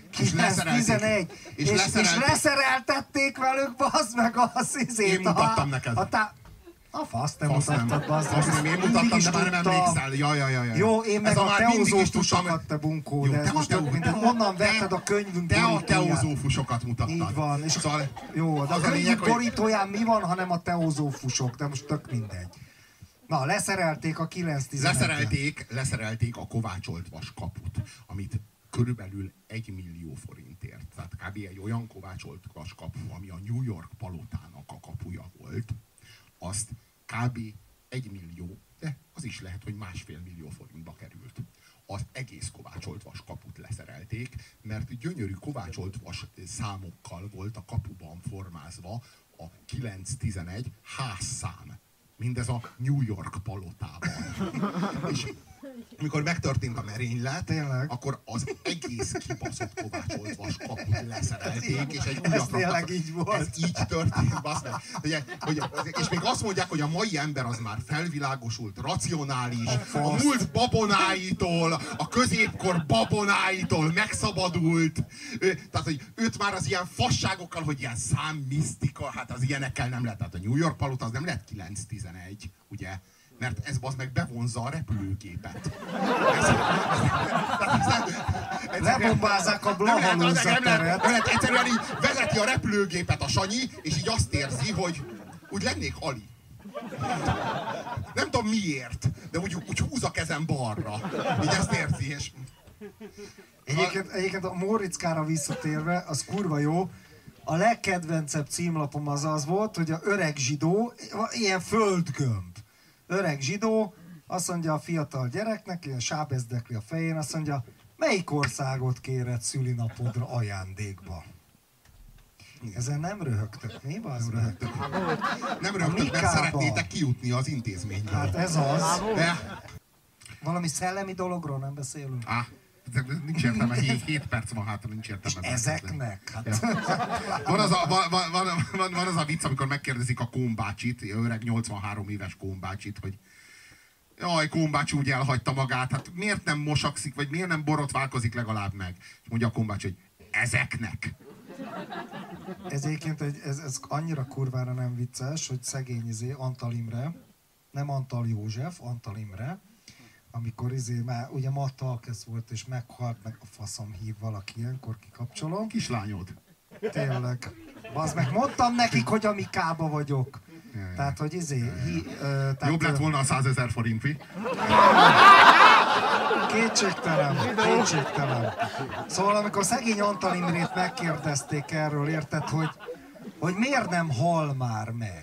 B: kilenc tizenegy. És, és, leszerelték. és leszereltették velük, bazd meg az izét.
A: Én mutattam
B: a,
A: neked.
B: A, tá... a fasz, te
A: fasz
B: mutattad, bazd meg.
A: Fasz nem, én mutattam, de már nem emlékszel. Ja, ja, ja, ja.
B: Jó, én meg a teozófusokat, te bunkó,
A: jó,
B: de ez most tök minden. Onnan vetted a könyvünk
A: Te a
B: borítóját.
A: teozófusokat mutattad.
B: Így van. És
A: szóval,
B: jó, de a könyvünk borítóján mi van, hanem a teozófusok, de most tök mindegy. Na, leszerelték a kilenc tizenegy.
A: Leszerelték, leszerelték a kovácsolt vaskaput, amit körülbelül egy millió forintért. Tehát kb. Egy olyan kovácsolt vaskapu, ami a New York palotának a kapuja volt, azt kb. Egy millió, de az is lehet, hogy másfél millió forintba került. Az egész kovácsolt vaskaput leszerelték, mert gyönyörű kovácsolt vas számokkal volt a kapuban formázva a kilenc tizenegy házszám. Mindez a New York palotában. És amikor megtörtént a merénylet,
B: tényleg?
A: akkor az egész kibaszott kovácsolt vaskaput leszerelték, és egy újat
B: ez tényleg így volt.
A: Ez így történt, bassz meg. Ugye, hogy, és még azt mondják, hogy a mai ember az már felvilágosult, racionális, a, a múlt babonáitól, a középkor babonáitól megszabadult. Tehát, hogy őt már az ilyen fasságokkal, hogy ilyen számmisztika, hát az ilyenekkel nem lehet. Tehát a New York palota az nem lehet kilenc tizenegy, ugye? Mert ez az meg bevonza a repülőgépet.
B: Lebombázzák a Blahalúzateret.
A: Egyszerűen így vezeti a repülőgépet a Sanyi, és így azt érzi, hogy úgy lennék Ali. Nem tudom miért, de úgy, úgy húz a kezem balra. Így ezt érzi, és...
B: Egyébként, egyébként a Móriczkára visszatérve, az kurva jó. A legkedvencebb címlapom az az volt, hogy a öreg zsidó, ilyen földgömb. Öreg zsidó, azt mondja a fiatal gyereknek, ilyen sábezdekli a fején, azt mondja, melyik országot kéred szülinapodra ajándékba? Ezen nem röhögtök, mi? Nem röhögtök.
A: Nem röhögtök, mert szeretnétek kijutni az intézményből.
B: Hát ez az.
A: De...
B: Valami szellemi dologról nem beszélünk?
A: Á, nincs értelme, hét perc van hátra, nincs értelme.
B: Ezeknek? Hát.
A: Ja. Van, az a, van, van, van, van az a vicc, amikor megkérdezik a Kohn-bácsit, öreg nyolcvanhárom éves Kohn-bácsit, hogy jaj, Kohn-bácsi úgy elhagyta magát, hát miért nem mosakszik, vagy miért nem borotválkozik legalább meg? És mondja a Kohn-bácsi, hogy ezeknek.
B: Ez egyébként egy, ez, ez annyira kurvára nem vicces, hogy szegény izé, Antal Imre, nem Antal József, Antal Imre, amikor izé már ugye Matalkesz volt és meghalt, meg a faszom hív valaki ilyenkor, kikapcsolom.
A: Kislányod.
B: Tényleg. Bazd meg, mondtam nekik, hogy a Mikába vagyok. Jaj, tehát, hogy izé... Hi, ö, tehát,
A: jobb lett volna a százezer forint, mi?
B: Kétségtelen, kétségtelen. Szóval amikor szegény Antal Imrét megkérdezték erről, érted, hogy, hogy miért nem hal már meg?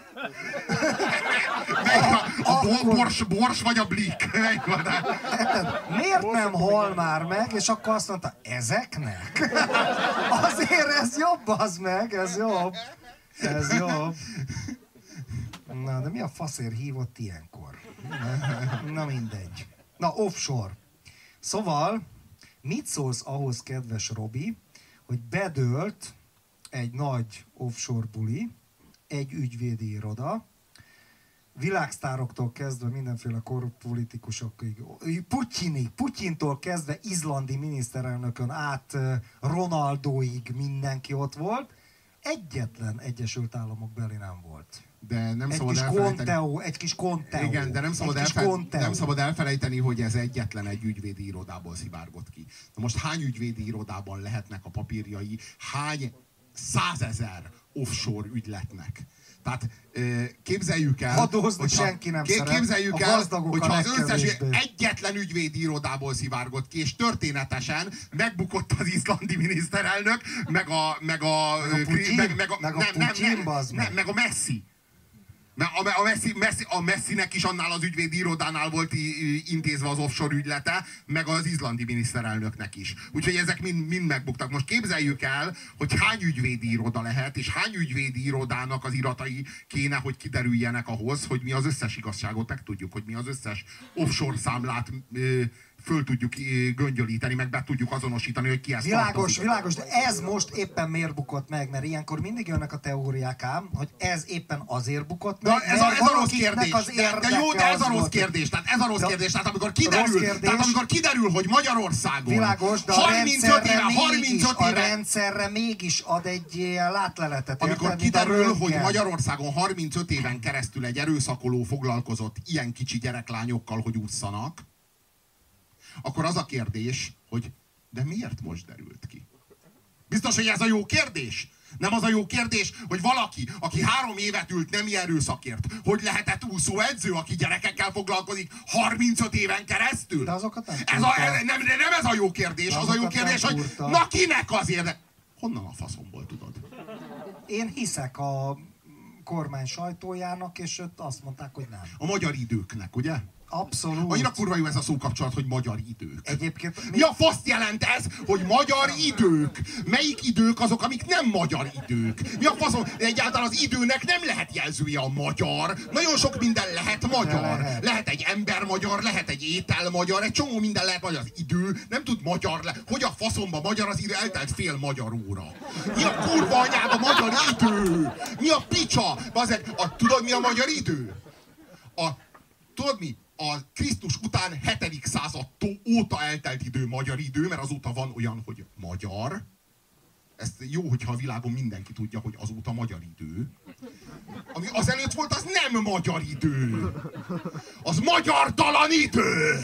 A: A, a akkor, bors, bors vagy a blik?
B: Miért nem hal már meg? És akkor azt mondta, ezeknek? Azért ez jobb, az meg, ez jobb. Ez jobb. Na, de mi a faszért hívott ilyenkor? Na mindegy. Na, offshore. Szóval, mit szólsz ahhoz, kedves Robi, hogy bedőlt egy nagy offshore buli, egy ügyvédi iroda, világsztároktól kezdve mindenféle korrupt politikusokig, Putyinig, Putyintól kezdve izlandi miniszterelnökön át Ronaldóig mindenki ott volt, egyetlen Egyesült Államok beli nem volt.
A: De nem
B: egy
A: szabad
B: kis
A: elfelejteni.
B: Conteó, egy kis Conteó.
A: Igen, de nem szabad, elfe... nem szabad elfelejteni, hogy ez egyetlen egy ügyvédi irodából szivárgott ki. Na most hány ügyvédi irodában lehetnek a papírjai, hány százezer offshore ügyletnek? Tehát képzeljük el,
B: adózni senki nem szeret,
A: képzeljük el, hogyha az összes egyetlen ügyvédi irodából szivárgott ki, és történetesen megbukott az izlandi miniszterelnök, meg a meg a
B: meg a Putyin, meg, meg a, meg a,
A: nem,
B: Putyin,
A: nem, nem, nem, meg a Messi. A, a, Messi, Messi, a Messinek is annál az ügyvédi irodánál volt intézve az offshore ügylete, meg az izlandi miniszterelnöknek is. Úgyhogy ezek mind, mind megbuktak. Most képzeljük el, hogy hány ügyvédi iroda lehet, és hány ügyvédi irodának az iratai kéne, hogy kiderüljenek ahhoz, hogy mi az összes igazságot megtudjuk, hogy mi az összes offshore számlát ö, föl tudjuk göngyölíteni, meg be tudjuk azonosítani, hogy ki ezt
B: Világos,
A: tartozik.
B: világos, de ez most éppen miért bukott meg? Mert ilyenkor mindig jönnek a teóriák ám, hogy ez éppen azért bukott meg,
A: de ez a, ez a rossz kérdés.
B: Az
A: de, de jó, de ez a rossz
B: volt,
A: kérdés. Tehát ez a rossz
B: de
A: kérdés. Tehát amikor kiderül,
B: kérdés,
A: tehát amikor kiderül, hogy Magyarországon
B: világos, de a
A: harmincöt éve,
B: mégis,
A: harmincöt
B: a
A: éve,
B: rendszerre mégis ad egy ilyen látleletet.
A: amikor
B: érted,
A: kiderül, hogy Magyarországon harmincöt éven keresztül egy erőszakoló foglalkozott ilyen kicsi gyereklányokkal, hogy ússzanak, akkor az a kérdés, hogy de miért most derült ki? Biztos, hogy ez a jó kérdés? Nem az a jó kérdés, hogy valaki, aki három évet ült nemi erőszakért, hogy lehetett úszóedző, aki gyerekekkel foglalkozik harmincöt éven keresztül?
B: De azokat nem
A: ez a, nem, nem ez a jó kérdés, az a jó kérdés, hogy
B: fúrta.
A: na kinek azért? Honnan a faszomból tudod?
B: Én hiszek a kormány sajtójának, és ott azt mondták, hogy nem.
A: A magyar időknek, ugye?
B: Abszolút.
A: Annyira kurva jó ez a szókapcsolat, hogy magyar idők.
B: Egyébként...
A: Mi a faszt jelent ez, hogy magyar idők? Melyik idők azok, amik nem magyar idők? Mi a faszom? Egyáltalán az időnek nem lehet jelzője a magyar. Nagyon sok minden lehet magyar.
B: Lehet.
A: Lehet egy ember magyar, lehet egy étel magyar, egy csomó minden lehet magyar. Az idő nem tud magyar le. Hogy a faszomba magyar az idő? Eltelt fél magyar óra. Mi a kurva anyába magyar idő? Mi a picsa? Bazeg, a, tudod mi a magyar idő? A, tudod mi? A Krisztus után hetedik század óta eltelt idő magyar idő, mert azóta van olyan, hogy magyar. Ezt jó, hogyha a világon mindenki tudja, hogy azóta magyar idő. Ami azelőtt volt, az nem magyar idő. Az magyartalan idő.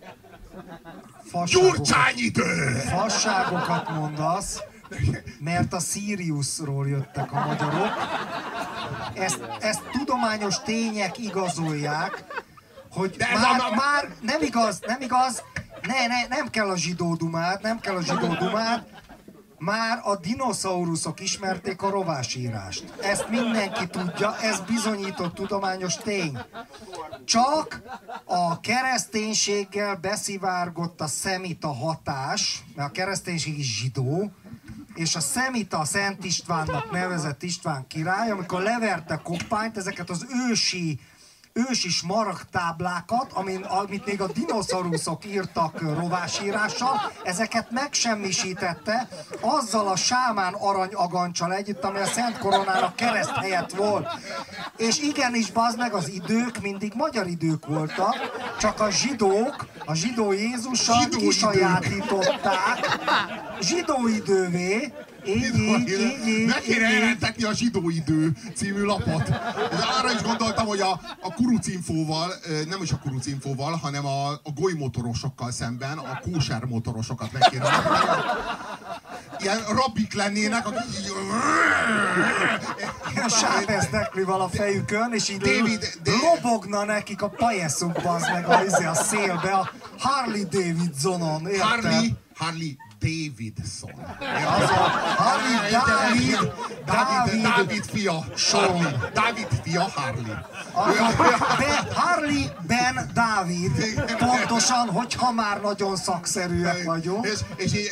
A: Gyurcsány idő.
B: Fasságokat mondasz, mert a Siriusról jöttek a magyarok. Ezt, ezt tudományos tények igazolják, hogy már, a... már nem igaz, nem igaz, ne, ne, nem kell a zsidó dumád, nem kell a zsidó dumád, már a dinoszauruszok ismerték a rovásírást. Ezt mindenki tudja, ez bizonyított tudományos tény. Csak a kereszténységgel beszivárgott a szemita hatás, mert a kereszténység is zsidó, és a szemita Szent Istvánnak nevezett István király, amikor leverte koppányt, ezeket az ősi ősi smaragdtáblákat, amin, amit még a dinoszauruszok írtak rovásírással, ezeket megsemmisítette azzal a sámán aranyagancsal együtt, ami a Szent Koronának kereszt helyett volt. És igenis, bazd meg, az idők mindig magyar idők voltak, csak a zsidók, a zsidó Jézussal
A: Zsidó
B: kisajátították zsidó idővé. Így, így, így, így,
A: meg kéne jelentetni a Zsidó idő című lapot. Arra is gondoltam, hogy a, a kurucinfóval, nem is a kurucinfóval, hanem a, a golymotorosokkal szemben a kóser motorosokat meg kéne jelentetni. Ilyen rabbik lennének, akik így...
B: Ilyen sápeszdeklival a fejükön, és így
A: David, de...
B: lobogna nekik a pajeszuk, bazd meg a, a szélbe, a Harley Davidsonon, érted?
A: Harley, Harley Davidson.
B: Az a Harley David,
A: David,
B: David,
A: David fia, Harley. David fia, Harley.
B: Be, Harley Ben David, pontosan, hogyha már nagyon szakszerűek vagyunk.
A: És, és így,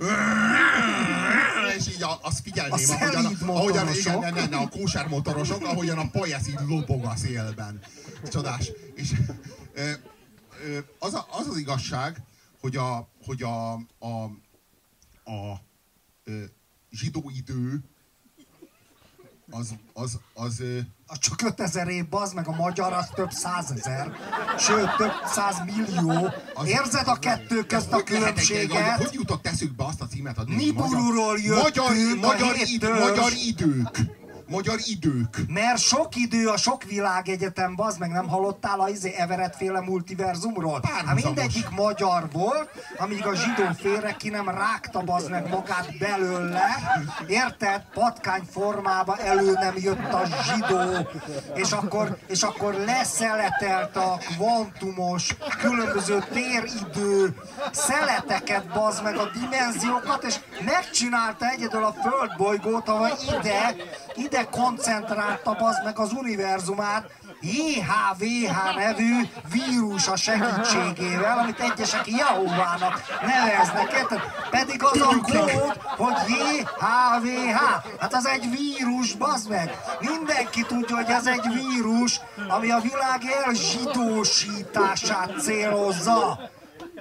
A: és így azt figyelném,
B: A
A: ahogyan, ahogyan igen,
B: motorosok.
A: ne, ne, ne, a kóser motorosok, ahogyan a pajesz így lobog a szélben. Csodás. És az, a, az az igazság, hogy a, hogy a, a, a, a zsidó idő az, az, az,
B: Az csak ötezer év, bazd meg, a magyar az több százezer, sőt több százmillió. Érzed a kettő közt a különbséget?
A: Hogy jutott eszükbe azt a címet adni?
B: Nibiruról jöttünk
A: magyar,
B: a hét
A: magyar, magyar idők. Magyar idők.
B: Mert sok idő a sok világegyetem, bazd meg, nem hallottál a izé Everett féle multiverzumról? Hát mindegyik magyar volt, amíg a zsidó félre ki nem rágta, bazd meg, magát belőle, érted? Patkány formába elő nem jött a zsidó, és akkor, és akkor leszeletelt a kvantumos, különböző téridő szeleteket, bazd meg, a dimenziókat, és megcsinálta egyedül a földbolygót, ahol ide, ide koncentrálta, bazd meg, az univerzumát J H V H nevű vírus a segítségével, amit egyesek Jehovának neveznek, érted? Pedig az a kód, hogy J H V H. Hát az egy vírus, bazd meg! Mindenki tudja, hogy ez egy vírus, ami a világ elzsidósítását célozza.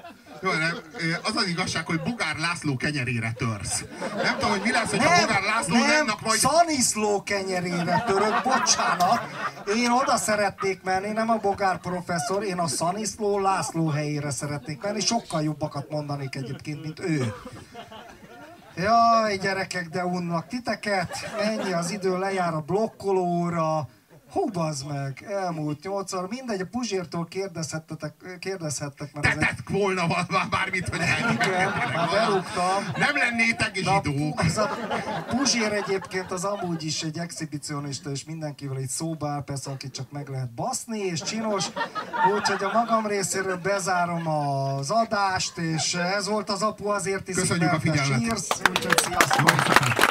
A: Jó, nem, az az igazság, hogy Bogár László kenyerére törsz. Nem tudom, hogy mi lesz, hogy a
B: Nem,
A: Bogár László
B: nem,
A: nem, majd...
B: Szaniszló kenyerére török, bocsánat. Én oda szeretnék menni, nem a Bogár professzor, én a Szaniszló László helyére szeretnék menni, sokkal jobbakat mondanék egyébként, mint ő. Jaj, gyerekek, de unnak titeket, mennyi az idő, lejár a blokkolóra. Hú, bazd meg, elmúlt nyolcszor, mindegy, a Puzsértól kérdezhettek, kérdezhettek, mert
A: Te
B: ez egy...
A: tett volna bármit, hogy
B: Igen, már belúgtam.
A: Nem lennétek zsidók.
B: Az a Puzsér egyébként az amúgy is egy exhibicionista, és mindenkivel itt szóba áll, persze, akit csak meg lehet baszni, és csinos. Úgyhogy a magam részéről bezárom az adást, és ez volt az Apu azért iszik,
A: Köszönjük a
B: mert te
A: figyelmet.
B: sírsz, úgyhogy sziasztok!